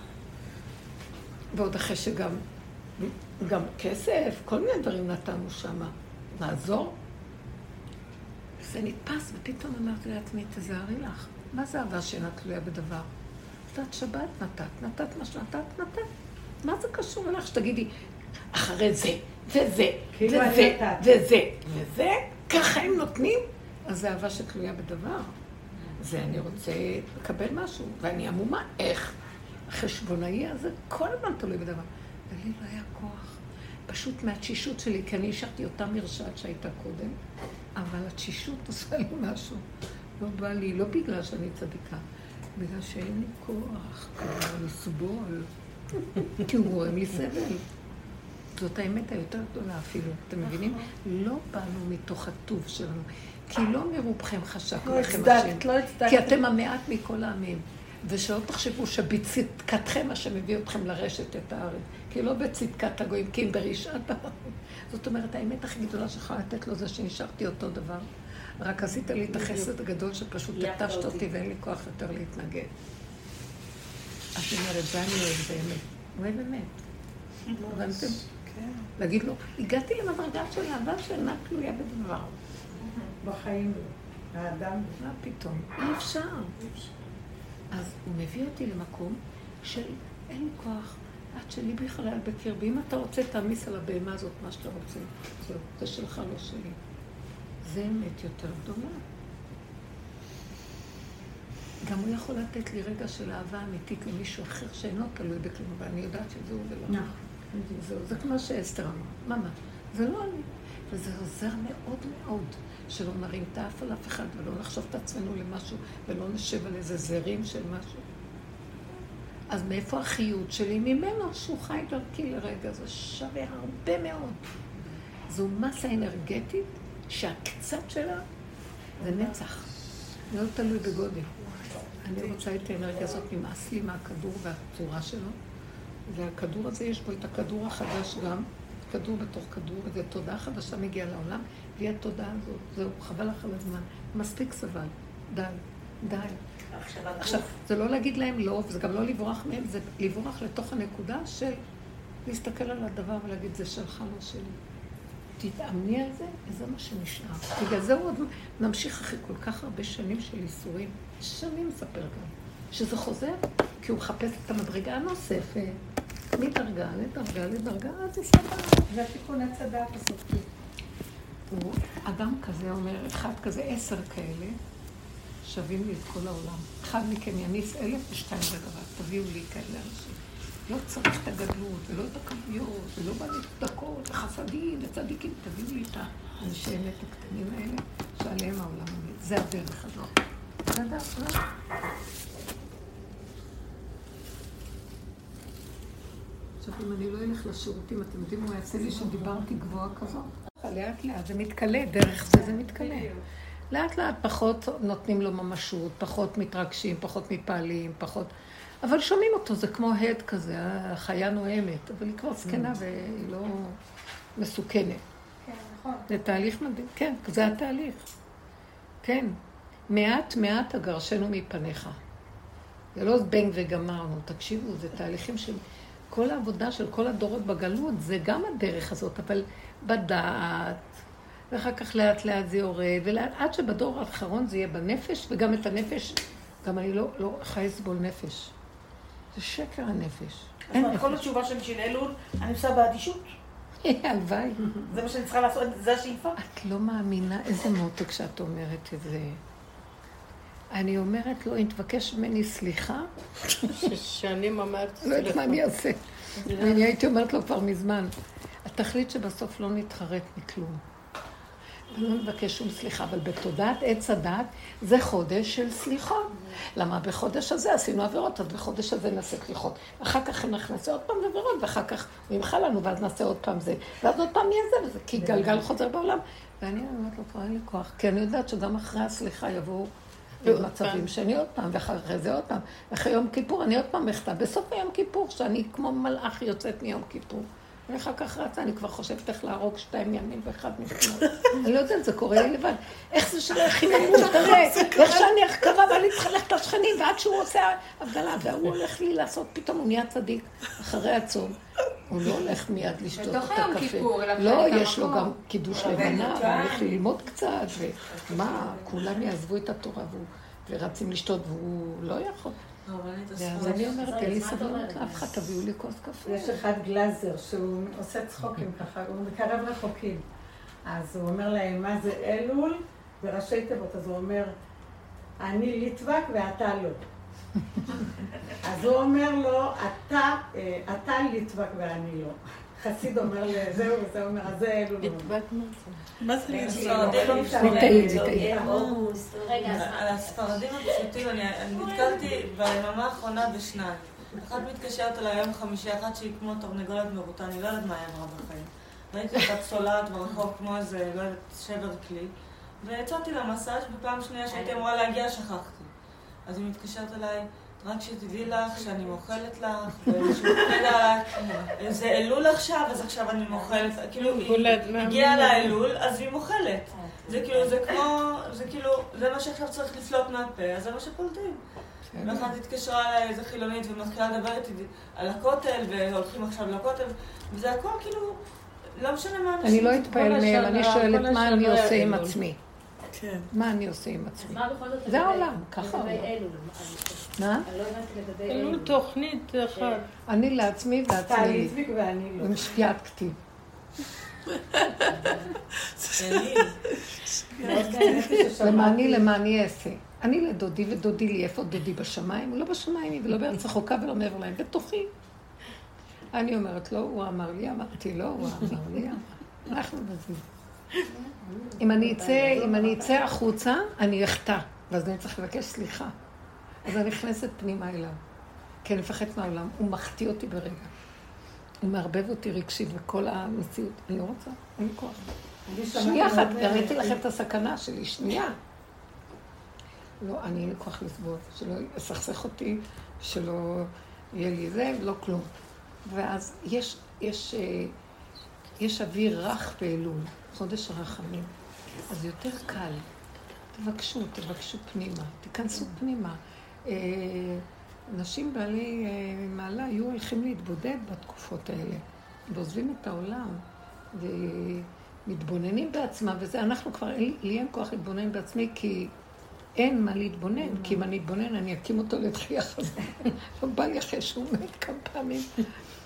ועוד אחרי שגם, גם כסף, כל מיני דברים נתנו שם, נעזור. זה נתפס, ופתאום אמרתי לעצמי, תזהרי לך, מה זה אהבה שאינה תלויה בדבר? נתת שבת, נתת, נתת מה שנתת, נתת. מה זה קשור לך שתגידי, אחרי זה, וזה, וזה, וזה, וזה, ככה הם נותנים? אז זה אהבה שתלויה בדבר. זה אני רוצה לקבל משהו, ואני עמומה, איך? החשבונאי הזה כל הזמן תלוי בדבר. ולי לא היה כוח, פשוט מהתשישות שלי, כי אני השארתי אותה מרשעת שהייתה קודם, אבל התשישות עושה לי משהו. לא בא לי, לא בגלל שאני צדיקה, בגלל שאין לי כוח, כבר לסבול, כי הוא גורם לי סבל. זאת האמת היותר גדולה אפילו, אתם מבינים? לא באנו מתוך הטוב שלנו, כי לא מרובכם חשק לכם השם, כי אתם המעט מכל העמים. ושלא תחשבו שבצדקתכם השם מביא אתכם לרשת את הארץ, כי לא בצדקת הגויים, כי אם ברשעת הארץ. זאת אומרת, האמת הכי גדולה שלך לתת לו זה שנשארתי אותו דבר, רק עשית לי את החסד הגדול שפשוט התשת אותי ואין לי כוח יותר להתנגד. אז היא אומרת, זה אני אוהב באמת. אוהב באמת. הבנתם? להגיד לו, הגעתי למדרגה של אהבה שאינה תלויה בדבר. בחיים, האדם. מה פתאום? אי אפשר. אז הוא מביא אותי למקום של אין לי כוח, עד שלי בכלל בקרבי. אם אתה רוצה, תעמיס על הבהמה הזאת מה שאתה רוצה. זהו, זה שלך, לא שלי. זה אמת יותר גדולה. גם הוא יכול לתת לי רגע של אהבה אמיתית למישהו אחר שאינו תלוי בכלום, ואני יודעת שזה הוא ולא. זהו, זה כמו שאסתר אמרה. ממש, זה לא אני. וזה עוזר מאוד מאוד. שלא נרים את האף על אף אחד, ולא נחשוב את עצמנו למשהו, ולא נשב על איזה זרים של משהו. אז מאיפה החיות שלי? ממנו שהוא חי דרכי לרגע, זה שווה הרבה מאוד. זו מסה אנרגטית שהקצת שלה זה נצח. לא תלוי בגודל. אני רוצה את האנרגיה הזאת, נמאס לי מהכדור והצורה שלו, והכדור הזה יש בו את הכדור החדש גם, כדור בתוך כדור, וזו תודעה חדשה מגיעה לעולם, והיא התודעה הזאת, זהו, חבל לך על הזמן, מספיק סבל, די, די. עכשיו, זה לא להגיד להם לא, וזה גם לא לברוח מהם, זה לברוח לתוך הנקודה של להסתכל על הדבר ולהגיד, זה שלך, לא שלי. תתאמני על זה, וזה מה שנשאר. בגלל זה עוד נמשיך אחרי כל כך הרבה שנים של איסורים, שנים מספר גם, שזה חוזר, כי הוא מחפש את המדרגה הנוספת, מדרגה לדרגה לדרגה, אז זה סבבה. זה תיקון הצדק הסופי. הוא אדם כזה אומר, אחד כזה, עשר כאלה, שווים לי את כל העולם. אחד מכם יניס אלף ושתיים ודבר, תביאו לי כאלה אנשים. לא צריך את הגדלות, ולא את הכביות, ולא בנצדקות, וחסדים, וצדיקים, תביאו לי את האנשי אמת הקטנים האלה, שעליהם העולם עומד. זה הדרך הזאת. בסדר? עכשיו, אם אני לא אלך לשירותים, אתם יודעים מה יעשה לי שדיברתי גבוהה כזאת? לאט לאט, זה מתקלה, דרך זה זה מתקלה. לאט לאט פחות נותנים לו ממשות, פחות מתרגשים, פחות מתפעלים, פחות... אבל שומעים אותו, זה כמו הד כזה, החיה נועמת, אבל היא כבר זקנה והיא לא מסוכנת. כן, נכון. זה תהליך מדהים, כן, זה התהליך. כן, מעט מעט אגרשנו מפניך. זה לא בנג וגמרנו, תקשיבו, זה תהליכים של... כל העבודה של כל הדורות בגלות, זה גם הדרך הזאת, אבל בדעת, ואחר כך לאט לאט זה יורד, ועד שבדור האחרון זה יהיה בנפש, וגם את הנפש, גם אני לא, לא חי לסבול נפש. זה שקר הנפש. אז מה, כל התשובה שלי של אלול, אני עושה באדישות. הלוואי. זה מה שאני צריכה לעשות, זה השאיפה. את לא מאמינה איזה מותק שאת אומרת את זה. אני אומרת לו, אם תבקש ממני סליחה, ששנים אמרת סליחה. לא יודעת מה אני אעשה. אני הייתי אומרת לו כבר מזמן, התכלית שבסוף לא נתחרט מכלום. לא נבקש שום סליחה, אבל בתודעת עץ הדת זה חודש של סליחות. למה בחודש הזה עשינו עבירות, אז בחודש הזה נעשה סליחות. אחר כך נעשה עוד פעם עבירות, ואחר כך הוא ימחל לנו, ואז נעשה עוד פעם זה. ואז עוד פעם יהיה זה, וזה כי גלגל חוזר בעולם. ואני אומרת לו, כבר אין לי כוח, כי אני יודעת שגם אחרי הסליחה יבואו במצבים שאני עוד פעם, ואחרי זה עוד פעם. אחרי יום כיפור אני עוד פעם מכתב. בסוף היום כיפור, שאני כמו מלאך יוצאת מיום כיפור. ואחר כך רצה, אני כבר חושבת איך להרוג שתיים ימים ואחד משמאל. אני לא יודעת, זה קורה לי לבד. איך זה שלא חינמו, תראה, איך שאני הקרבה, ואני צריכה ללכת לשכנים, ועד שהוא עושה הבדלה, והוא הולך לי לעשות, פתאום הוא נהיה צדיק אחרי הצום. הוא לא הולך מיד לשתות את הקפה. לא, יש לו גם קידוש לבנה, הוא הולך ללמוד קצת, ומה, כולם יעזבו את התורה, ורצים לשתות, והוא לא יכול. אז אני אומרת, אין לי סבלנות לאף אחד, תביאו לי כוס קפה. יש אחד גלאזר שהוא עושה צחוקים ככה, הוא מקרב רחוקים. אז הוא אומר להם, מה זה אלול? בראשי תיבות, אז הוא אומר, אני ליטבק ואתה לא. אז הוא אומר לו, אתה, אתה ליטבק ואני לא. חסיד אומר לי, זהו, וזה אומר, אז זה אלול. ליטבק מה זה? מה זה ליטבק? על הספרדים הפשוטים, אני נתקלתי ביממה האחרונה בשניים. אחת מתקשרת אליי יום חמישי, אחת שהיא כמו תרנגולת מרוטה, אני לא יודעת מה היא אמרה בחיים. ראיתי אותה צולעת ברחוב כמו איזה, לא יודעת, שבר כלי, ויצאתי למסאז' בפעם שנייה שהייתי אמורה להגיע, שכחתי. אז היא מתקשרת אליי, רק שתדעי לך שאני מוכלת לך, ושמוכלת עליי, זה אלול עכשיו, אז עכשיו אני מוכלת, כאילו, היא הגיעה לאלול, אז היא מוכלת. זה כאילו, זה כמו, זה כאילו, זה מה שעכשיו צריך לפלוט מהפה, אז זה מה שפולטים. ואחת התקשרה אליי איזה חילונית ומתחילה לדבר איתי על הכותל, והולכים עכשיו לכותל, וזה הכל כאילו, לא משנה מה אנשים. אני לא אתפעל מהם, אני שואלת מה אני עושה עם עצמי. מה אני עושה עם עצמי? זה העולם, ככה העולם. מה? אלול תוכנית אחת. אני לעצמי ועצמי. עם שקיעת כתיב. למעני למעני אעשה. אני לדודי ודודי לי, איפה דודי בשמיים? הוא לא בשמיים, ולא בארץ רחוקה ולא מעבר להם, בתוכי. אני אומרת לו, הוא אמר לי, אמרתי לו, הוא אמר לי, אנחנו בזה. אם אני אצא, אם אני אצא החוצה, אני אחטא, ואז אני צריך לבקש סליחה. אז אני נכנסת פנימה אליו, כי אני מפחד מהעולם, הוא מחטיא אותי ברגע. הוא מערבב אותי רגשית וכל המציאות. אני לא רוצה, אין לי כוח. שנייה אחת, הראיתי לכם את הסכנה שלי, שנייה. לא, אני אין לי כוח לסבול, שלא יסכסך אותי, שלא יהיה לי זה, לא כלום. ואז יש, יש, יש אוויר רך באלול, חודש הרחמים. אז יותר קל. תבקשו, תבקשו פנימה, תיכנסו פנימה. אנשים בעלי מעלה היו הולכים להתבודד בתקופות האלה, ועוזבים את העולם, ומתבוננים בעצמם, וזה אנחנו כבר, לי אין כוח להתבונן בעצמי, כי אין מה להתבונן, כי אם אני אתבונן, אני אקים אותו לתחייה חזרה. לא בא לי אחרי שהוא מת כמה פעמים.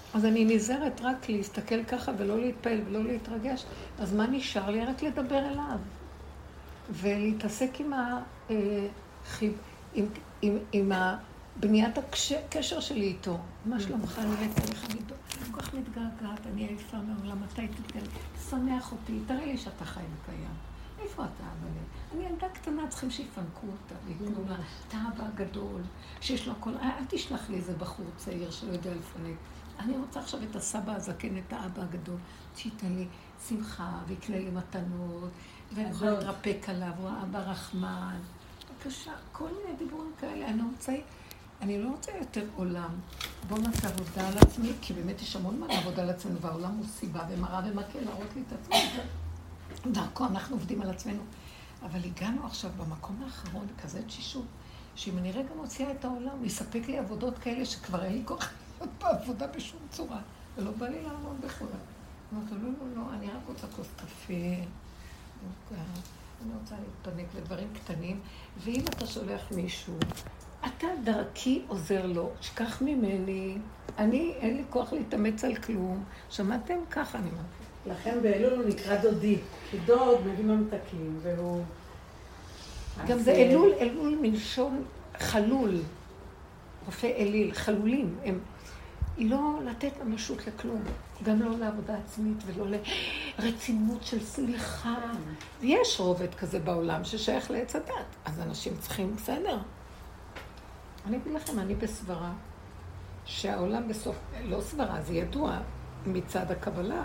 אז אני נזהרת רק להסתכל ככה ולא להתפעל ולא להתרגש, אז מה נשאר לי? רק לדבר אליו. ולהתעסק עם, ה, עם, עם, עם, עם בניית הקשר שלי איתו. מה שלומך? אני מתה לך מדו. אני כל כך מתגעגעת, אני עייפה מהעולם, מתי תתגלה? תשמח אותי, תראה לי שאתה חי וקיים. איפה אתה, אבל? אני ילדה קטנה, צריכים שיפנקו אותה, ויקנו לה, אתה אבא הגדול, שיש לו הכל. אל תשלח לי איזה בחור צעיר שלא יודע לפנק. אני רוצה עכשיו את הסבא הזקן, את האבא הגדול, שייתן לי שמחה, ויקנה לי מתנות, ואני יכולה להתרפק עליו, הוא האבא רחמן. בבקשה, כל מיני דיבורים כאלה. אני רוצה, אני לא רוצה יותר עולם. בואו נעשה עבודה על עצמי, כי באמת יש המון מה לעבודה על עצמנו, והעולם הוא סיבה ומראה ומכה להראות לי את עצמי. דרכו אנחנו עובדים על עצמנו. אבל הגענו עכשיו במקום האחרון, כזה תשישות, שאם אני רגע מוציאה את העולם, הוא יספק לי עבודות כאלה שכבר אין לי כוח להיות בעבודה בשום צורה, ולא בא לי לעמוד בכלל. אמרתי, לא, לא, לא, אני רק רוצה כוס קפה, אני רוצה להתפנק לדברים קטנים, ואם אתה שולח מישהו, אתה דרכי עוזר לו, שכח ממני, אני, אין לי כוח להתאמץ על כלום, שמעתם? ככה אני מבין. לכן באלול הוא נקרא דודי, כי דוד מביא ממתקים, והוא... גם זה אלול, אלול מלשון חלול, רופא אליל, חלולים, הם לא לתת ממשות לכלום, גם לא לעבודה עצמית ולא לרצינות של סליחה. יש רובד כזה בעולם ששייך לעץ הדת, אז אנשים צריכים בסדר. אני אגיד לכם, אני בסברה, שהעולם בסוף, לא סברה, זה ידוע מצד הקבלה,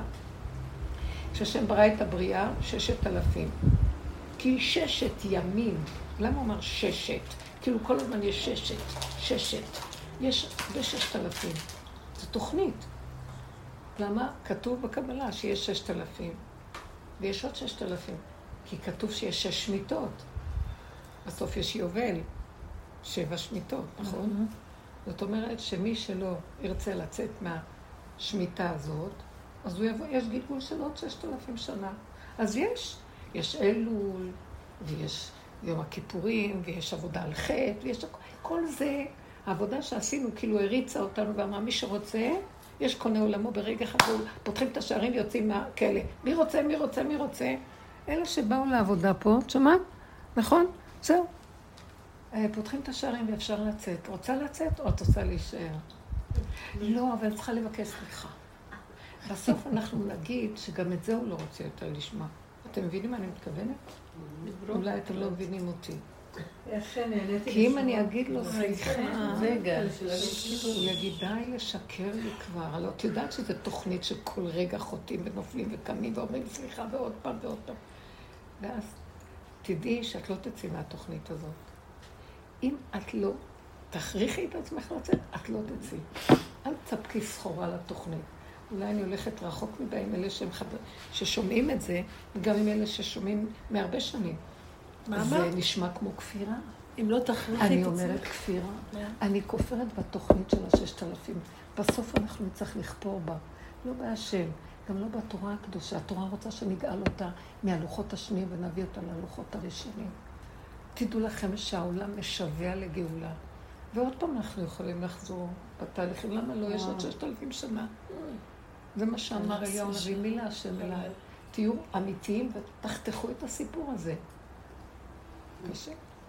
שהשם ברא את הבריאה ששת אלפים. כי ששת ימים, למה הוא אומר ששת? כאילו כל הזמן יש ששת, ששת. יש בששת אלפים. זו תוכנית. למה? כתוב בקבלה שיש ששת אלפים. ויש עוד ששת אלפים. כי כתוב שיש שש שמיטות. בסוף יש יובל, שבע שמיטות, נכון? זאת אומרת שמי שלא ירצה לצאת מהשמיטה הזאת, אז הוא יבוא, יש גלגול של עוד ששת אלפים שנה. אז יש, יש אלול, ויש יום הכיפורים, ויש עבודה על חטא, ויש כל זה, העבודה שעשינו, כאילו הריצה אותנו ואמרה, מי שרוצה, יש קונה עולמו ברגע אחד, פותחים את השערים ויוצאים מהכלא. מי רוצה, מי רוצה, מי רוצה? אלה שבאו לעבודה פה, שמעת? נכון? זהו. פותחים את השערים ואפשר לצאת. רוצה לצאת או את רוצה להישאר? לא, אבל צריכה לבקש סליחה. בסוף אנחנו נגיד שגם את זה הוא לא רוצה יותר לשמוע. אתם מבינים מה אני מתכוונת? אולי אתם לא מבינים אותי. כי אם אני אגיד לו סליחה, הוא יגיד די לשקר לי כבר. הלוא את יודעת שזו תוכנית שכל רגע חוטאים ונופלים וקמים ואומרים סליחה ועוד פעם ועוד פעם. ואז תדעי שאת לא תצאי מהתוכנית הזאת. אם את לא תכריחי את עצמך לצאת, את לא תצאי. אל תספקי סחורה לתוכנית. אולי אני הולכת רחוק מדי עם אלה חבר... ששומעים את זה, וגם עם אלה ששומעים מהרבה שנים. זה נשמע כמו כפירה. אם לא תכריחי את אני אומרת כפירה. אני כופרת בתוכנית של הששת אלפים. בסוף אנחנו נצטרך לכפור בה. לא בהשם, גם לא בתורה הקדושה. התורה רוצה שנגאל אותה מהלוחות השניים ונביא אותה ללוחות הראשונים. תדעו לכם שהעולם משווה לגאולה. ועוד פעם אנחנו יכולים לחזור בתהליכים. למה לא? יש עוד ששת אלפים שנה. זה מה שאמר אליהו הנביא, מי להשם אליי. תהיו אמיתיים ותחתכו את הסיפור הזה. קשה.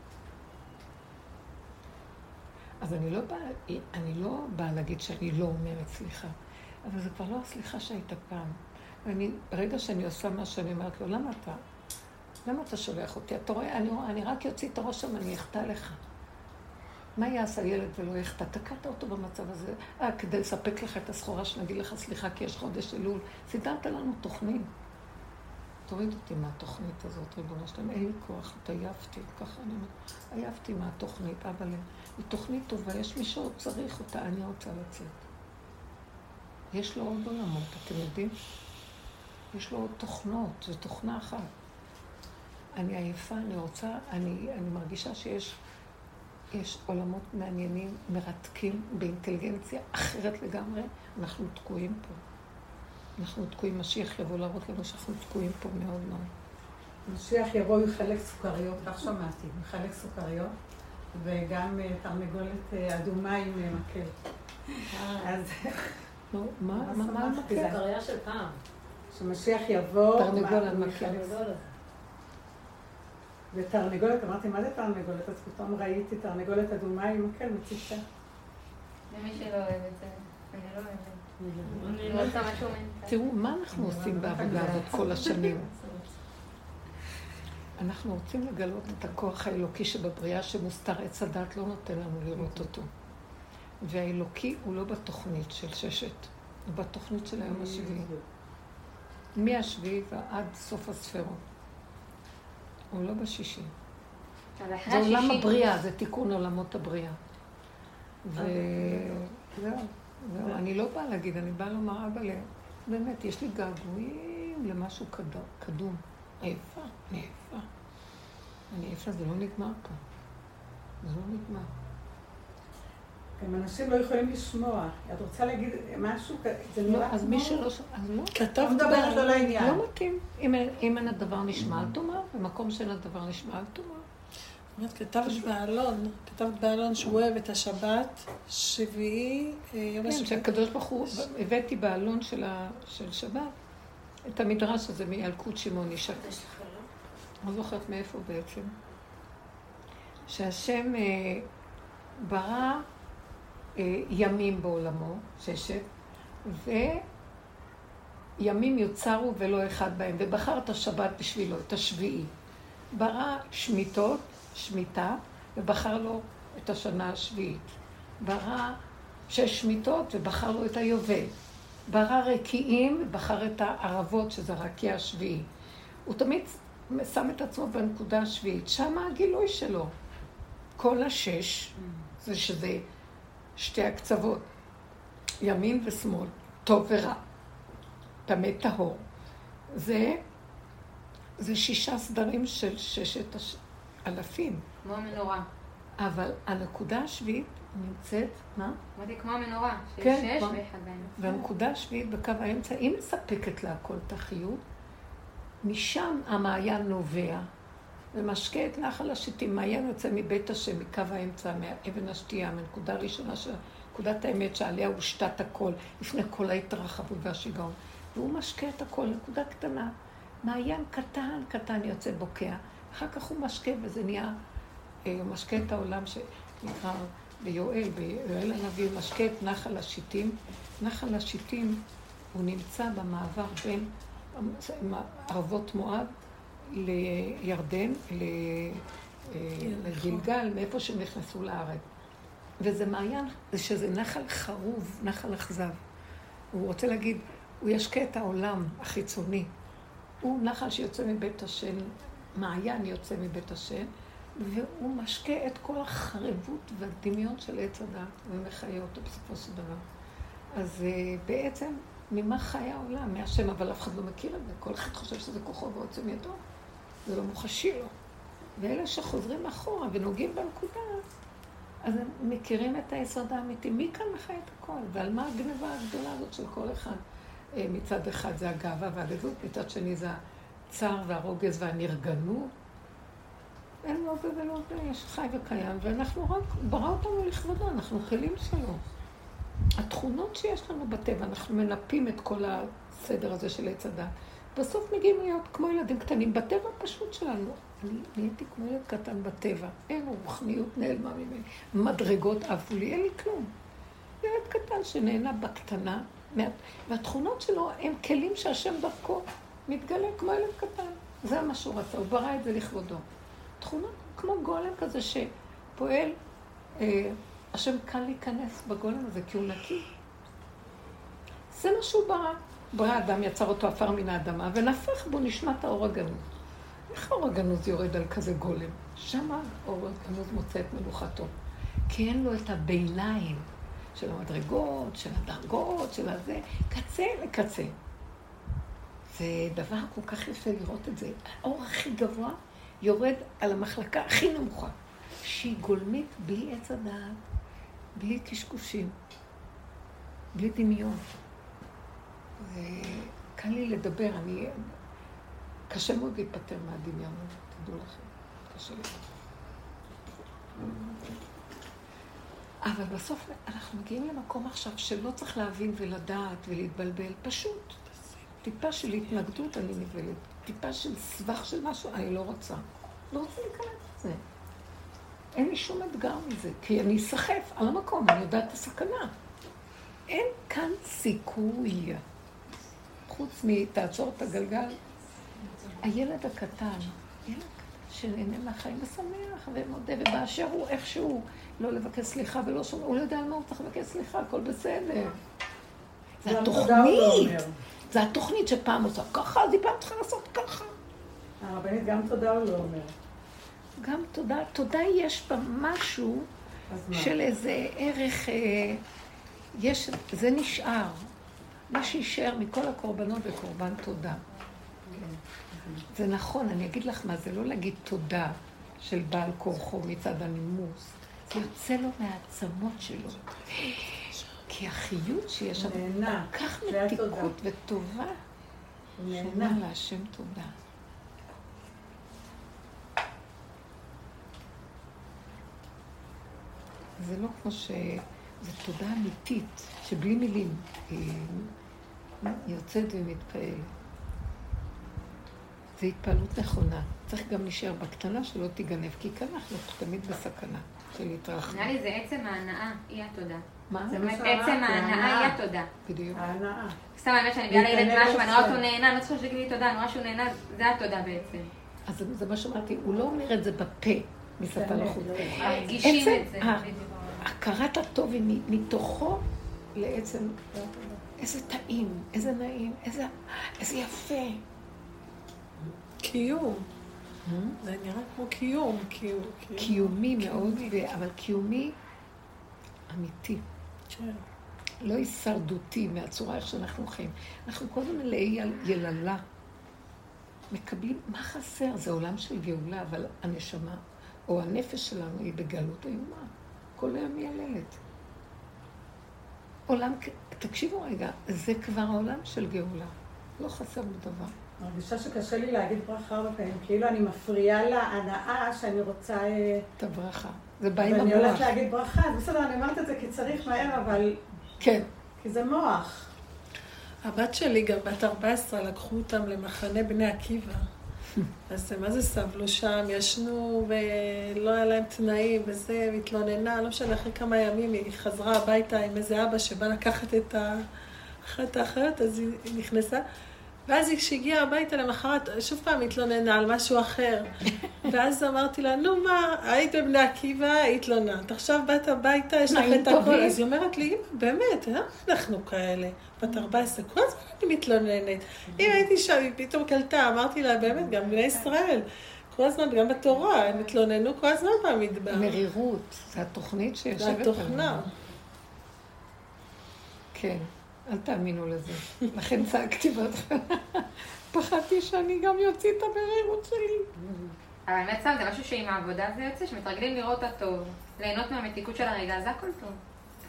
אז אני לא באה, אני לא באה להגיד שאני לא אומרת סליחה, אבל זה כבר לא הסליחה שהייתה פעם. ואני, ברגע שאני עושה מה שאני אומרת לו, למה אתה? למה אתה שולח אותי? אתה רואה, אני, אני רק יוציא את הראש שם, אני אחטא לך. מה יעשה ילד ולא יחטא? תקעת אותו במצב הזה. אה, כדי לספק לך את הסחורה שנגיד לך סליחה, כי יש חודש אלול. סידרת לנו תוכנית. תוריד אותי מהתוכנית הזאת, ריבונו שלהם, אין לי כוח, את עייפתי, ככה אני אומרת, עייפתי מהתוכנית, אבל היא תוכנית טובה, יש מי שעוד צריך אותה, אני רוצה לצאת. יש לו עוד עולמות, אתם יודעים? יש לו עוד תוכנות, זו תוכנה אחת. אני עייפה, אני רוצה, אני, אני מרגישה שיש יש עולמות מעניינים, מרתקים, באינטליגנציה אחרת לגמרי, אנחנו תקועים פה. אנחנו תקועים, משיח יבוא להראות לנו שאנחנו תקועים פה מאוד מאוד. משיח יבוא יחלק סוכריות, כך שמעתי, יחלק סוכריות, וגם תרנגולת אדומה עם מקל. אז מה, מה, מה המקר? זה קריה של פעם. שמשיח יבוא... תרנגול על מקר. ותרנגולת, אמרתי, מה זה תרנגולת? אז פתאום ראיתי תרנגולת אדומה עם מקל מציצה. למי שלא אוהב את זה, אני לא אוהבת. אני לא רוצה משהו מנטל. תראו, מה אנחנו עושים בעבודה הזאת כל השנים? אנחנו רוצים לגלות את הכוח האלוקי שבבריאה שמוסתר עץ הדת לא נותן לנו לראות אותו. והאלוקי הוא לא בתוכנית של ששת, הוא בתוכנית של היום השביעי. מהשביעי ועד סוף הספירות. הוא לא בשישי. זה עולם הבריאה, זה תיקון עולמות הבריאה. וזהו, זהו. אני לא באה להגיד, אני באה לומר, אבא, באמת, יש לי געגועים למשהו קדום. עייפה, אני עייפה. אני עייפה, זה לא נגמר פה. זה לא נגמר. גם אנשים לא יכולים לשמוע. את רוצה להגיד משהו? זה נורא כמו... אז מי שלא... אז לא. כתב מדברת לא לעניין. לא מתאים. אם אין הדבר נשמע, אל תאמר. במקום שאין הדבר נשמע, אל תאמר. זאת כתבת באלון, כתבת באלון שהוא אוהב את השבת, שביעי, יום השבת. כן, שהקדוש ברוך הוא, הבאתי באלון של שבת, את המדרש הזה מילקוט שמעון איש. אני לא זוכרת מאיפה בעצם. שהשם ברא ימים בעולמו, ששת, וימים יוצרו ולא אחד בהם, ובחר את השבת בשבילו, את השביעי. ברא שמיטות, שמיטה, ובחר לו את השנה השביעית. ברא שש שמיטות ובחר לו את היובל. ברא רקיעים ובחר את הערבות, שזה הרקיע השביעי. הוא תמיד שם את עצמו בנקודה השביעית. שם הגילוי שלו. כל השש, זה שזה שתי הקצוות, ימין ושמאל, טוב ורע, טמא טהור. זה, זה שישה סדרים של ששת הש... אלפים. כמו המנורה. אבל הנקודה השביעית נמצאת, מה? אמרתי כמו המנורה, שיש כן, שש ואחד בהם. והנקודה השביעית בקו האמצע, היא מספקת לה הכל את החיות, משם המעיין נובע, ומשקה את נחל השיטים. מעיין יוצא מבית השם, מקו האמצע, מאבן השתייה, מנקודה הראשונה של נקודת האמת שעליה הוא שתת הכל, לפני כל ההתרחבות והשיגעון. והוא משקה את הכל, נקודה קטנה. מעיין קטן, קטן יוצא בוקע. אחר כך הוא משקה, וזה נהיה, הוא משקה את העולם שנקרא ביואל, ביואל הנביא, הוא משקה את נחל השיטים. נחל השיטים הוא נמצא במעבר בין ערבות מואב לירדן, לגילגל, מאיפה שהם נכנסו לארץ. וזה מעיין, זה שזה נחל חרוב, נחל אכזב. הוא רוצה להגיד, הוא ישקה את העולם החיצוני. הוא נחל שיוצא מבית השם, מעיין יוצא מבית השם, והוא משקה את כל החרבות והדמיון של עץ הדת, ומחיה אותו בסופו של דבר. אז בעצם, ממה חי העולם? מהשם, אבל אף אחד לא מכיר את זה. כל אחד חושב שזה כוחו ועוצם ידו. זה לא מוחשי לו. ואלה שחוזרים אחורה ונוגעים בנקודה, אז הם מכירים את היסוד האמיתי. מי כאן מחי את הכל? ועל מה הגנבה הגדולה הזאת של כל אחד? מצד אחד זה הגאווה והגדלות, מצד שני זה הצער והרוגז והנרגנות. אין לא זה ולא זה, יש חי וקיים, ואנחנו רק ברא אותנו לכבודו, אנחנו כלים שלו. התכונות שיש לנו בטבע, אנחנו מנפים את כל הסדר הזה של עץ הדת. בסוף מגיעים להיות כמו ילדים קטנים, בטבע פשוט שלנו. אני נהייתי כמו ילד קטן בטבע, אין רוחניות נעלמה ממני. מדרגות עפו לי, אין לי כלום. ילד קטן שנהנה בקטנה, והתכונות שלו הם כלים שהשם דרכו מתגלה כמו ילד קטן. זה מה שהוא רצה, הוא ברא את זה לכבודו. תכונות כמו גולם כזה שפועל, אה, השם קל להיכנס בגולם הזה כי הוא נקי. זה מה שהוא ברא. ברא אדם, יצר אותו עפר מן האדמה, ונפח בו נשמת האור הגנוז. איך האור הגנוז יורד על כזה גולם? שמה האור הגנוז מוצא את מלוכתו. כי אין לו את הביניים של המדרגות, של הדרגות, של הזה, קצה לקצה. זה דבר כל כך יפה לראות את זה. האור הכי גבוה יורד על המחלקה הכי נמוכה, שהיא גולמית בלי עץ הדעת, בלי קשקושים, בלי דמיון. וקל לי לדבר, אני... קשה מאוד להיפטר מהדמיון, תדעו לכם, קשה לי. אבל בסוף אנחנו מגיעים למקום עכשיו שלא צריך להבין ולדעת ולהתבלבל, פשוט. טיפה של התנגדות אני נבלת, טיפה של סבך של משהו, אני לא רוצה. לא רוצה להיכנס לזה. אין לי שום אתגר מזה, כי אני אסחף על המקום, אני יודעת את הסכנה. אין כאן סיכוי. חוץ מתעצור את הגלגל. הילד הקטן, ילד שנהנה מהחיים ושמח ומודה, ובאשר הוא איכשהו לא לבקש סליחה ולא שומע, הוא לא יודע על מה הוא צריך לבקש סליחה, הכל בסדר. זה התוכנית. זה התוכנית שפעם עושה ככה, אז היא פעם צריכה לעשות ככה. הרבנית, גם תודה הוא לא אומר. גם תודה. תודה יש בה משהו של איזה ערך, יש, זה נשאר. מה שישאר מכל הקורבנות וקורבן תודה. זה נכון, אני אגיד לך מה, זה לא להגיד תודה של בעל כורחו מצד הנימוס. זה יוצא לו מהעצמות שלו. כי החיות שיש שם כל כך מתיקות וטובה, שאומר להשם תודה. זה לא כמו ש... זו תודה אמיתית, שבלי מילים היא יוצאת ומתפעלת. זו התפעלות נכונה. צריך גם להישאר בקטנה שלא תיגנב, כי כאן אנחנו תמיד בסכנה של להתרחב. נראה לי זה עצם ההנאה, היא התודה. מה? זאת אומרת, עצם ההנאה היא התודה. בדיוק. ההנאה. סתם האמת שאני מביאה לילד משהו, ואני רואה אותו נהנה, אני לא צריכה שתגיד לי תודה, אני רואה שהוא נהנה, זה התודה בעצם. אז זה מה שאמרתי, הוא לא אומר את זה בפה, משפה לחוץ. הרגישים את זה. הכרת הטוב היא מתוכו לעצם, איזה טעים, איזה נעים, איזה יפה. קיום. זה נראה כמו קיום. קיומי מאוד, אבל קיומי אמיתי. לא הישרדותי מהצורה איך שאנחנו חיים. אנחנו קודם מלאי יללה. מקבלים, מה חסר? זה עולם של גאולה, אבל הנשמה או הנפש שלנו היא בגלות איומה. כל היום מייללת. עולם, תקשיבו רגע, זה כבר העולם של גאולה. לא חסר בדבר. מרגישה שקשה לי להגיד ברכה הרבה פעמים, כאילו אני מפריעה להנאה שאני רוצה... את הברכה. זה בא עם המוח. ואני הולכת להגיד ברכה, אז בסדר, אני אומרת את זה כי צריך מהר, אבל... כן. כי זה מוח. הבת שלי גם בת ארבע עשרה, לקחו אותם למחנה בני עקיבא. אז מה זה סבלו שם, ישנו ולא היה להם תנאים וזה, והתלוננה, לא משנה, אחרי כמה ימים היא חזרה הביתה עם איזה אבא שבא לקחת את האחת האחרת, אז היא נכנסה. ואז כשהגיעה הביתה למחרת, שוב פעם התלוננה על משהו אחר. ואז אמרתי לה, נו מה, היית בבני עקיבא, התלוננת. עכשיו באת הביתה, יש לך את הכל. אז היא אומרת לי, אמא, באמת, אנחנו כאלה. בת ארבע עשרה, כל הזמן אני מתלוננת. אם הייתי שם, היא פתאום קלטה, אמרתי לה, באמת, גם בני ישראל. כל הזמן, גם בתורה, הם התלוננו כל הזמן במדבר. מרירות, זה התוכנית שיושבת. זה התוכנה. כן. אל תאמינו לזה. לכן צעקתי בהתחלה. פחדתי שאני גם יוציא את המרירות שלי. אבל האמת סתם, זה משהו שעם העבודה זה יוצא, שמתרגלים לראות הטוב, ליהנות מהמתיקות של הרגע, זה הכל טוב.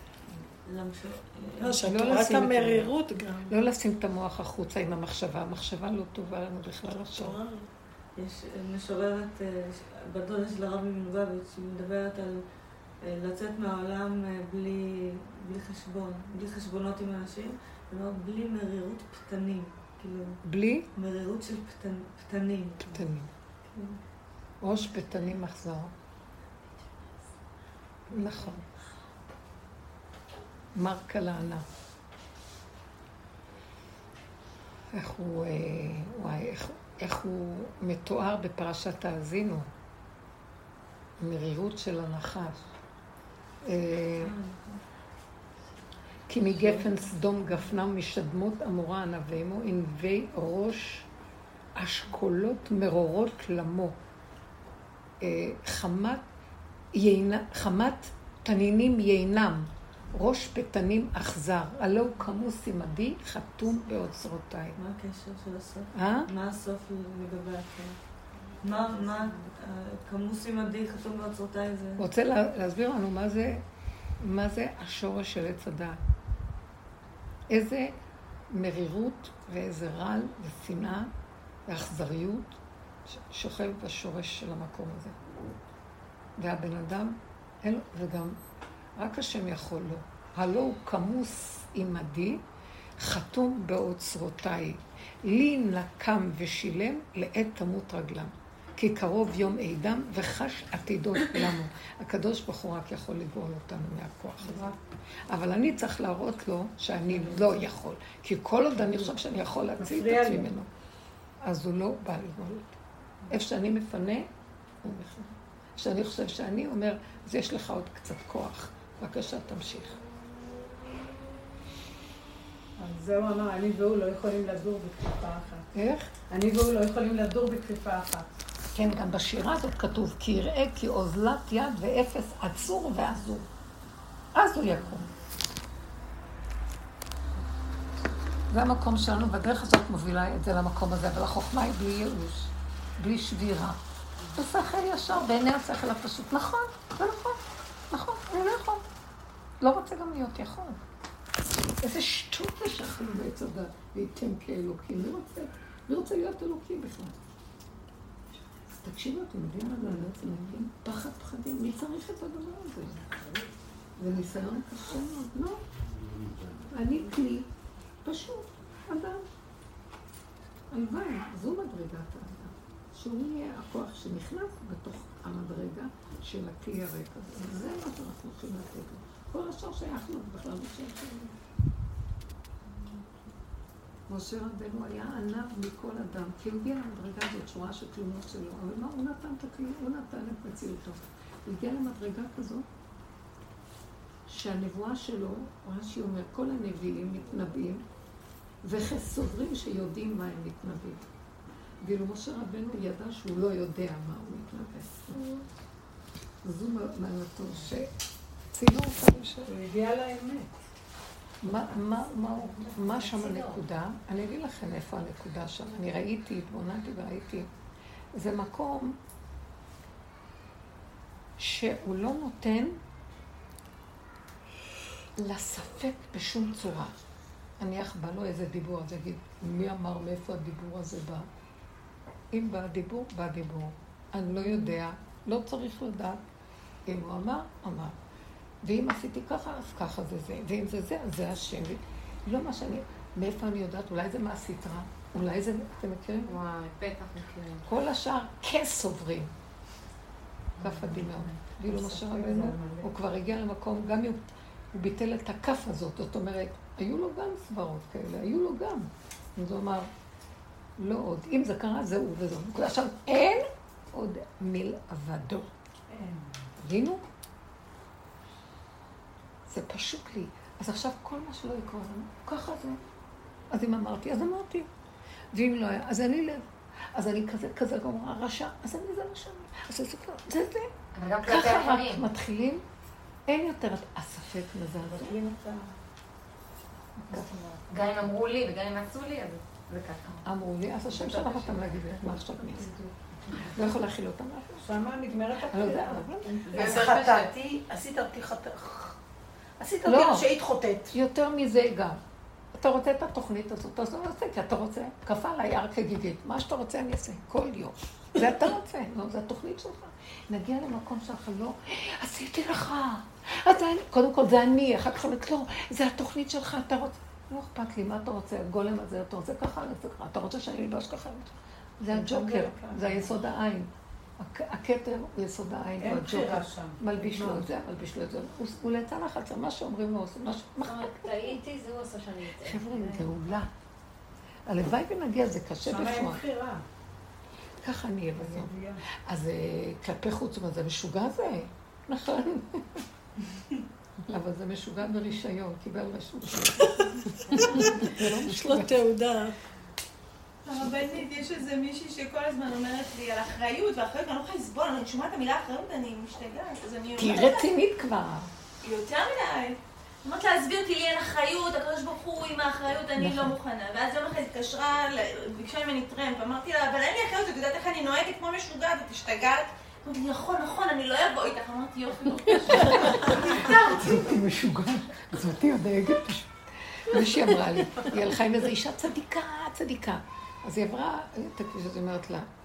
לא, שתורת המרירות גם. לא לשים את המוח החוצה עם המחשבה. המחשבה לא טובה לנו בכלל עכשיו. יש משוררת בדודה של הרבי מלובביץ' שמדברת על לצאת מהעולם בלי, בלי חשבון, בלי חשבונות עם אנשים, כלומר בלי מרירות פתנים, כאילו... בלי? מרירות של פתנ, פתנים. פתנים. ראש פתנים מחזר. נכון. מרק לענה. איך הוא, וואי, איך, איך הוא מתואר בפרשת האזינו. מרירות של הנחש. כי מגפן סדום גפנם משדמות אמורה ענבימו, ענבי ראש אשכולות מרורות למו. חמת, יינה, חמת תנינים ינם, ראש פתנים אכזר, הלא הוא כמוס עמדי חתום באוצרותיי. מה הקשר של הסוף? אה? מה הסוף לגבי הקשר? מה, מה, כמוס עמדי חתום באוצרותיי זה? רוצה להסביר לנו מה זה, מה זה השורש של עץ הדעת. איזה מרירות ואיזה רעל ושנאה ואכזריות שוכב בשורש של המקום הזה. והבן אדם, וגם רק השם יכול לו. הלא הוא כמוס עמדי, חתום באוצרותיי. לי נקם ושילם, לעת תמות רגלם. כי קרוב יום עידם וחש עתידות לנו. הקדוש ברוך הוא רק יכול לגאול אותנו מהכוח הזה. אבל אני צריך להראות לו שאני לא יכול. כי כל עוד אני חושב שאני יכול להציל את עצמי ממנו. אז הוא לא בא לגאול אותי. איפה שאני מפנה, הוא מפנה. כשאני חושב שאני אומר, אז יש לך עוד קצת כוח. בבקשה, תמשיך. אז זהו אמר, אני והוא לא יכולים לדור בכפיפה אחת. איך? אני והוא לא יכולים לדור בכפיפה אחת. כן, גם בשירה הזאת כתוב, כי יראה כי אוזלת יד ואפס עצור ועזור. אז הוא יקום. זה המקום שלנו, בדרך הזאת מובילה את זה למקום הזה, אבל החוכמה היא בלי ייאוש, בלי שבירה. בשכל ישר, בעיני השכל הפשוט. נכון, זה נכון, נכון, אני לא יכול. לא רוצה גם להיות יכול. איזה שטות יש לכם בעץ הדת, וייתם כאלוקים. מי רוצה, מי רוצה להיות אלוקים בכלל? אז תקשיבו, אתם יודעים מה זה להיות אלוקים? פחד פחדים, מי צריך את הדבר הזה? זה ניסיון קשה מאוד, לא? אני כלי, פשוט, אדם. הלוואי, זו מדרגת האדם. שהוא יהיה הכוח שנכנס בתוך המדרגה של הכלי הריק הזה. זה מה שאנחנו הולכים לתת לו. כל השאר שייך לו בכלל בשייך לו. משה רבנו היה ענב מכל אדם, כי הוא הגיע למדרגה הזאת, שורה של כלומות שלו. אבל מה? הוא נתן את הכלי, הוא נתן את מציאותו. הוא הגיע למדרגה כזאת, שהנבואה שלו, רש"י אומר, כל הנביאים מתנבאים, וכסוברים שיודעים מה הם מתנבאים. ואילו משה רבנו ידע שהוא לא יודע מה הוא מתנבא. זו מעלתו שצילו אותנו ש... הוא הגיע לאמת. מה, מה, מה, מה שם הנקודה? אני אגיד לכם איפה הנקודה שם. אני ראיתי, התבוננתי וראיתי. זה מקום שהוא לא נותן לספק בשום צורה. אני איך בא לו איזה דיבור, אז אגיד, מי אמר מאיפה הדיבור הזה בא? אם בא הדיבור, בא הדיבור. אני לא יודע, לא צריך לדעת. אם הוא אמר, אמר. ואם עשיתי ככה, אז ככה זה זה. ואם זה זה, אז זה השם. לא מה שאני... מאיפה אני יודעת? אולי זה מהסתרה? אולי זה... אתם מכירים? וואי, בטח מכירים. כל השאר כסוברים. כף הדמיון. ואילו משה רבנו, הוא כבר הגיע למקום, גם אם הוא ביטל את הכף הזאת, זאת אומרת, היו לו גם סברות כאלה, היו לו גם. אז הוא אמר, לא עוד. אם זה קרה, זה הוא וזו. עכשיו, אין עוד מלבדו. הבינו? זה פשוט לי. אז עכשיו כל מה שלא יקרה לנו, ככה זה. אז אם אמרתי, אז אמרתי. ואם לא היה, אז אני לב. אז אני כזה, כזה גמרה רשע, אז אני זה רשע. אז זה כבר, זה זה. ככה רק מתחילים, אין יותר הספק מזעזע. גם אם אמרו לי וגם אם עשו לי, אז זה ככה. אמרו לי, אז השם שלח אותם להגיד לי, מה עכשיו מי זה? לא יכול להכיל אותם. שמה נגמרת הכתיבה. אז חטאתי, עשית אותי חטאת. עשית אותי שהיית חוטאת. יותר מזה גם. אתה רוצה את התוכנית הזאת, אז לא עושה, כי אתה רוצה. כפה עליי הר כגיגית. מה שאתה רוצה אני אעשה, כל יום. זה אתה רוצה, לא, זה התוכנית שלך. נגיע למקום שלך, לא, עשיתי לך. קודם כל זה אני, אחר כך אומרת, לא, זה התוכנית שלך, אתה רוצה. לא אכפת לי, מה אתה רוצה? הגולם הזה, אתה רוצה ככה, אתה רוצה שאני אלבש ככה? זה הג'וקר, זה היסוד העין. הכתר הוא יסוד העין, הוא הג'וקר. מלביש לו את זה, מלביש לו את זה. הוא ליצא לחץ, מה שאומרים לו עושה, מה שאומרים. טעיתי, זה הוא עושה שאני אצא. חבר'ה, גאולה. הלוואי ונגיע, זה קשה שמה בפרוע. אין בחירה. ככה אני אהיה בזאת. אז כלפי חוץ, זה משוגע זה? נכון. אבל זה משוגע ברישיון, קיבל רשות. יש לו תעודה. הרבנית, יש איזה מישהי שכל הזמן אומרת לי על אחריות, ואחריות, אני לא יכולה לסבול, אני שומעת את המילה אחריות, אני משתגעת, אז אני... תהי רצינית כבר. יותר מדי. אמרת להסביר, כי לי אין אחריות, הקדוש ברוך הוא עם האחריות, אני לא מוכנה. ואז יום אחד התקשרה, ביקשה ממני טרמפ, אמרתי לה, אבל אין לי אחריות, את יודעת איך אני נוהגת כמו משוגעת, את השתגעת? אמרתי לי, נכון, נכון, אני לא אבוא איתך. אמרתי, יופי, לא זאתי משוגעת, זאתי עוד נהגת פשוט. מישהי אמרה לי, היא הלכה עם איזו אישה צדיקה, צדיקה. אז היא עברה, תקשיב, זאת אומרת לה,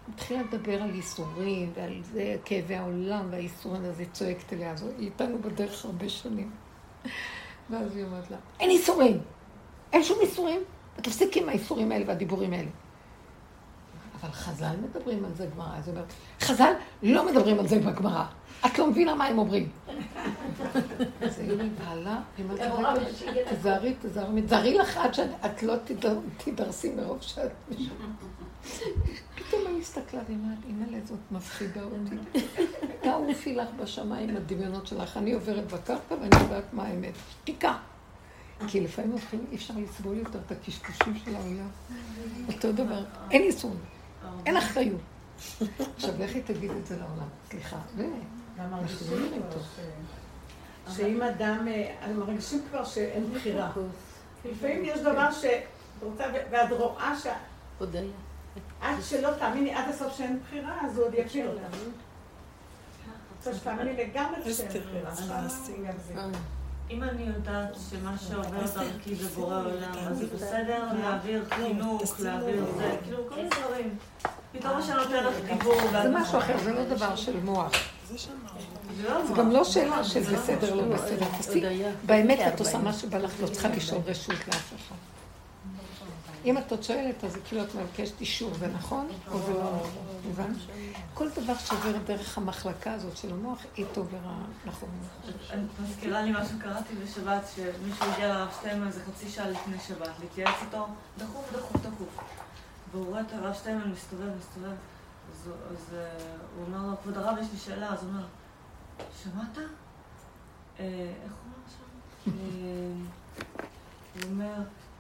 התחילה לדבר על ייסורים ועל זה, כאבי העולם והייסורים הזה צועקת אליה, אז היא איתנו בדרך הרבה שנים. ואז היא אומרת לה, אין ייסורים! אין שום ייסורים! ותפסיק עם הייסורים האלה והדיבורים האלה. אבל חז"ל מדברים על זה גמרא. אז היא אומרת, חז"ל לא מדברים על זה בגמרא. את לא מבינה מה הם אומרים. אז היא בעלה, היא אומרת, תזהרי, תזהרי, תזהרי לך עד שאת לא תדרסי מרוב שאת משהו. פתאום אני הסתכלה ואומרת, אימא'לה, זאת מפחידה אותי. תעופי לך בשמיים הדמיונות שלך, אני עוברת בקרקע ואני יודעת מה האמת. תיקה. כי לפעמים הופכים, אי אפשר לסבול יותר את הקשקושים של העולם. אותו דבר, אין יישום, אין אחריות. עכשיו, איך היא תגיד את זה לעולם? סליחה, ואנחנו לא נראים טוב. שאם אדם, אני מרגישים כבר שאין בחירה. לפעמים יש דבר שאת רוצה, ואת רואה ש... עד שלא תאמיני עד הסוף שאין בחירה, אז הוא עוד יקשיב אותה. רוצה שתאמיני לגמרי שאין בחירה. אם אני יודעת שמה שעובר דרכי זה בורא עולם, אז זה בסדר להעביר חינוך, להעביר זה, כאילו כל מיני דברים. פתאום שאני נותן לך דיבור. זה משהו אחר, זה לא דבר של מוח. זה גם לא שאלה של בסדר, לא בסדר. באמת את עושה מה שבא לך, לא צריכה לשאול רשות לאף אחד. אם את עוד שואלת, אז כאילו את מבקשת אישור, זה נכון או זה לא נכון? כל דבר שעובר דרך המחלקה הזאת של המוח, היא טוב ורע, נכון. אני מזכירה לי מה שקראתי בשבת, שמישהו הגיע לרב שטיינמן איזה חצי שעה לפני שבת, להתייעץ איתו דחוף, דחוף, דחוף. והוא רואה את הרב שטיינמן מסתובב, מסתובב, אז הוא אומר לו, כבוד הרב, יש לי שאלה, אז הוא אומר, שמעת? איך הוא אומר שם? הוא אומר,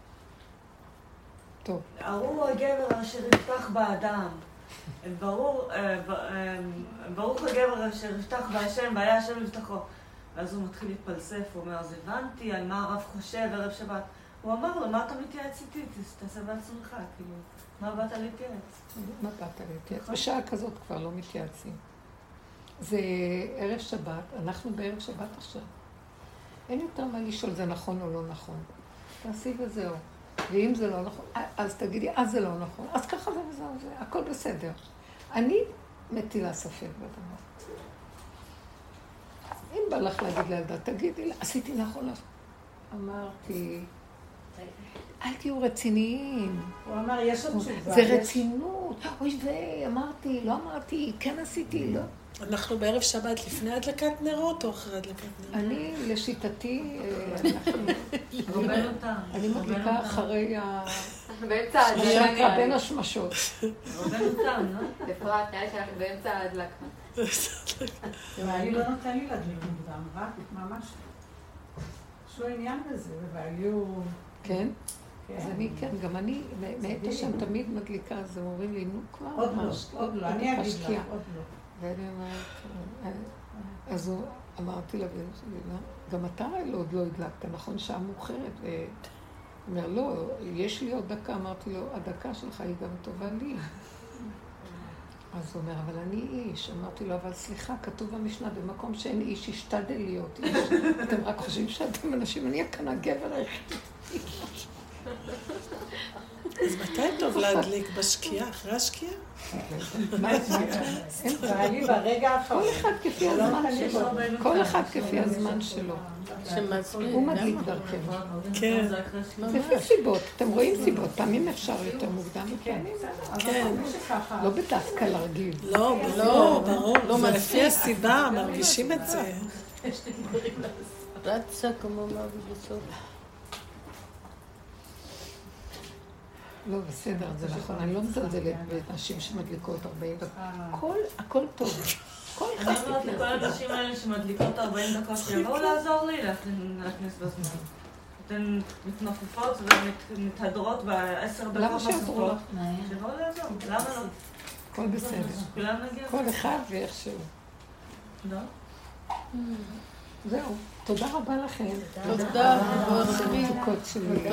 טוב. ארור הגבר אשר יפתח באדם. ברור, ברוך הגבר אשר יפתח בהשם, והיה השם יפתחו. ואז הוא מתחיל להתפלסף, הוא אומר, אז הבנתי על מה הרב חושב ערב שבת. הוא אמר לו, מה אתה מתייעץ איתי? תעשה בעצמך, כאילו, מה באת להתייעץ? מה באת להתייעץ? בשעה כזאת כבר לא מתייעצים. זה ערב שבת, אנחנו בערב שבת עכשיו. אין יותר מה לשאול, זה נכון או לא נכון. תעשי וזהו. ואם זה לא נכון, אז תגידי, אז זה לא נכון. אז ככה זה וזהו, זה, הכל בסדר. אני מטילה ספק בדבר. אם בא לך להגיד לילדה, תגידי, עשיתי נכון. אמרתי, אל תהיו רציניים. הוא אמר, יש עוד תשובה. זה רצינות. אוי, ואמרתי, לא אמרתי, כן עשיתי, לא. אנחנו בערב שבת לפני הדלקת נרות או אחרי הדלקת נרות? אני, לשיטתי, אני מדליקה אחרי ה... באמצע ההדלקה. בין השמשות. רובנו תם, לא? אפרת, נראה שאנחנו באמצע ההדלקה. ואני לא נותן לי להדליק מוקדם, רק ממש... יש לו עניין בזה, והיו... כן? אז אני, כן, גם אני, מעת השם תמיד מדליקה, אז הם אומרים לי, נו כבר, עוד לא, עוד לא, אני אגיד לך, עוד לא. ואני אומרת, אז הוא, אמרתי לבן שלי, גם אתה עוד לא הדלקת, נכון, שעה מאוחרת, והוא אומר, לא, יש לי עוד דקה, אמרתי לו, הדקה שלך היא גם טובה לי. אז הוא אומר, אבל אני איש, אמרתי לו, אבל סליחה, כתוב במשנה, במקום שאין איש, ישתדל להיות איש. אתם רק חושבים שאתם אנשים, אני כאן הגבר היחיד. אז מתי טוב להדליק? בשקיעה? אחרי השקיעה? בעלי ברגע האחרון. כל אחד כפי הזמן שלו. כל אחד כפי הזמן שלו. הוא מדליק דרכנו. כן. זה לפי סיבות. אתם רואים סיבות. פעמים אפשר יותר מוקדם. כן. לא בדווקא להרגיל. לא, לא, ברור. זה לפי הסיבה, מרגישים את זה. רצה כמו מוות בסוף. לא, בסדר, זה נכון. אני לא מזלזלת בנשים שמדליקות ארבעים דקות. הכל טוב. כל אחד. אני אומרת לכל הנשים האלה שמדליקות ארבעים דקות, שיבואו לעזור לי להכניס בזמן. אתן מתנופפות ומתהדרות בעשר דקות. למה שיעזרו לך? שיבואו לעזור. למה לא? הכל בסדר. כל אחד ואיכשהו. לא? זהו. תודה רבה לכם. תודה. תודה.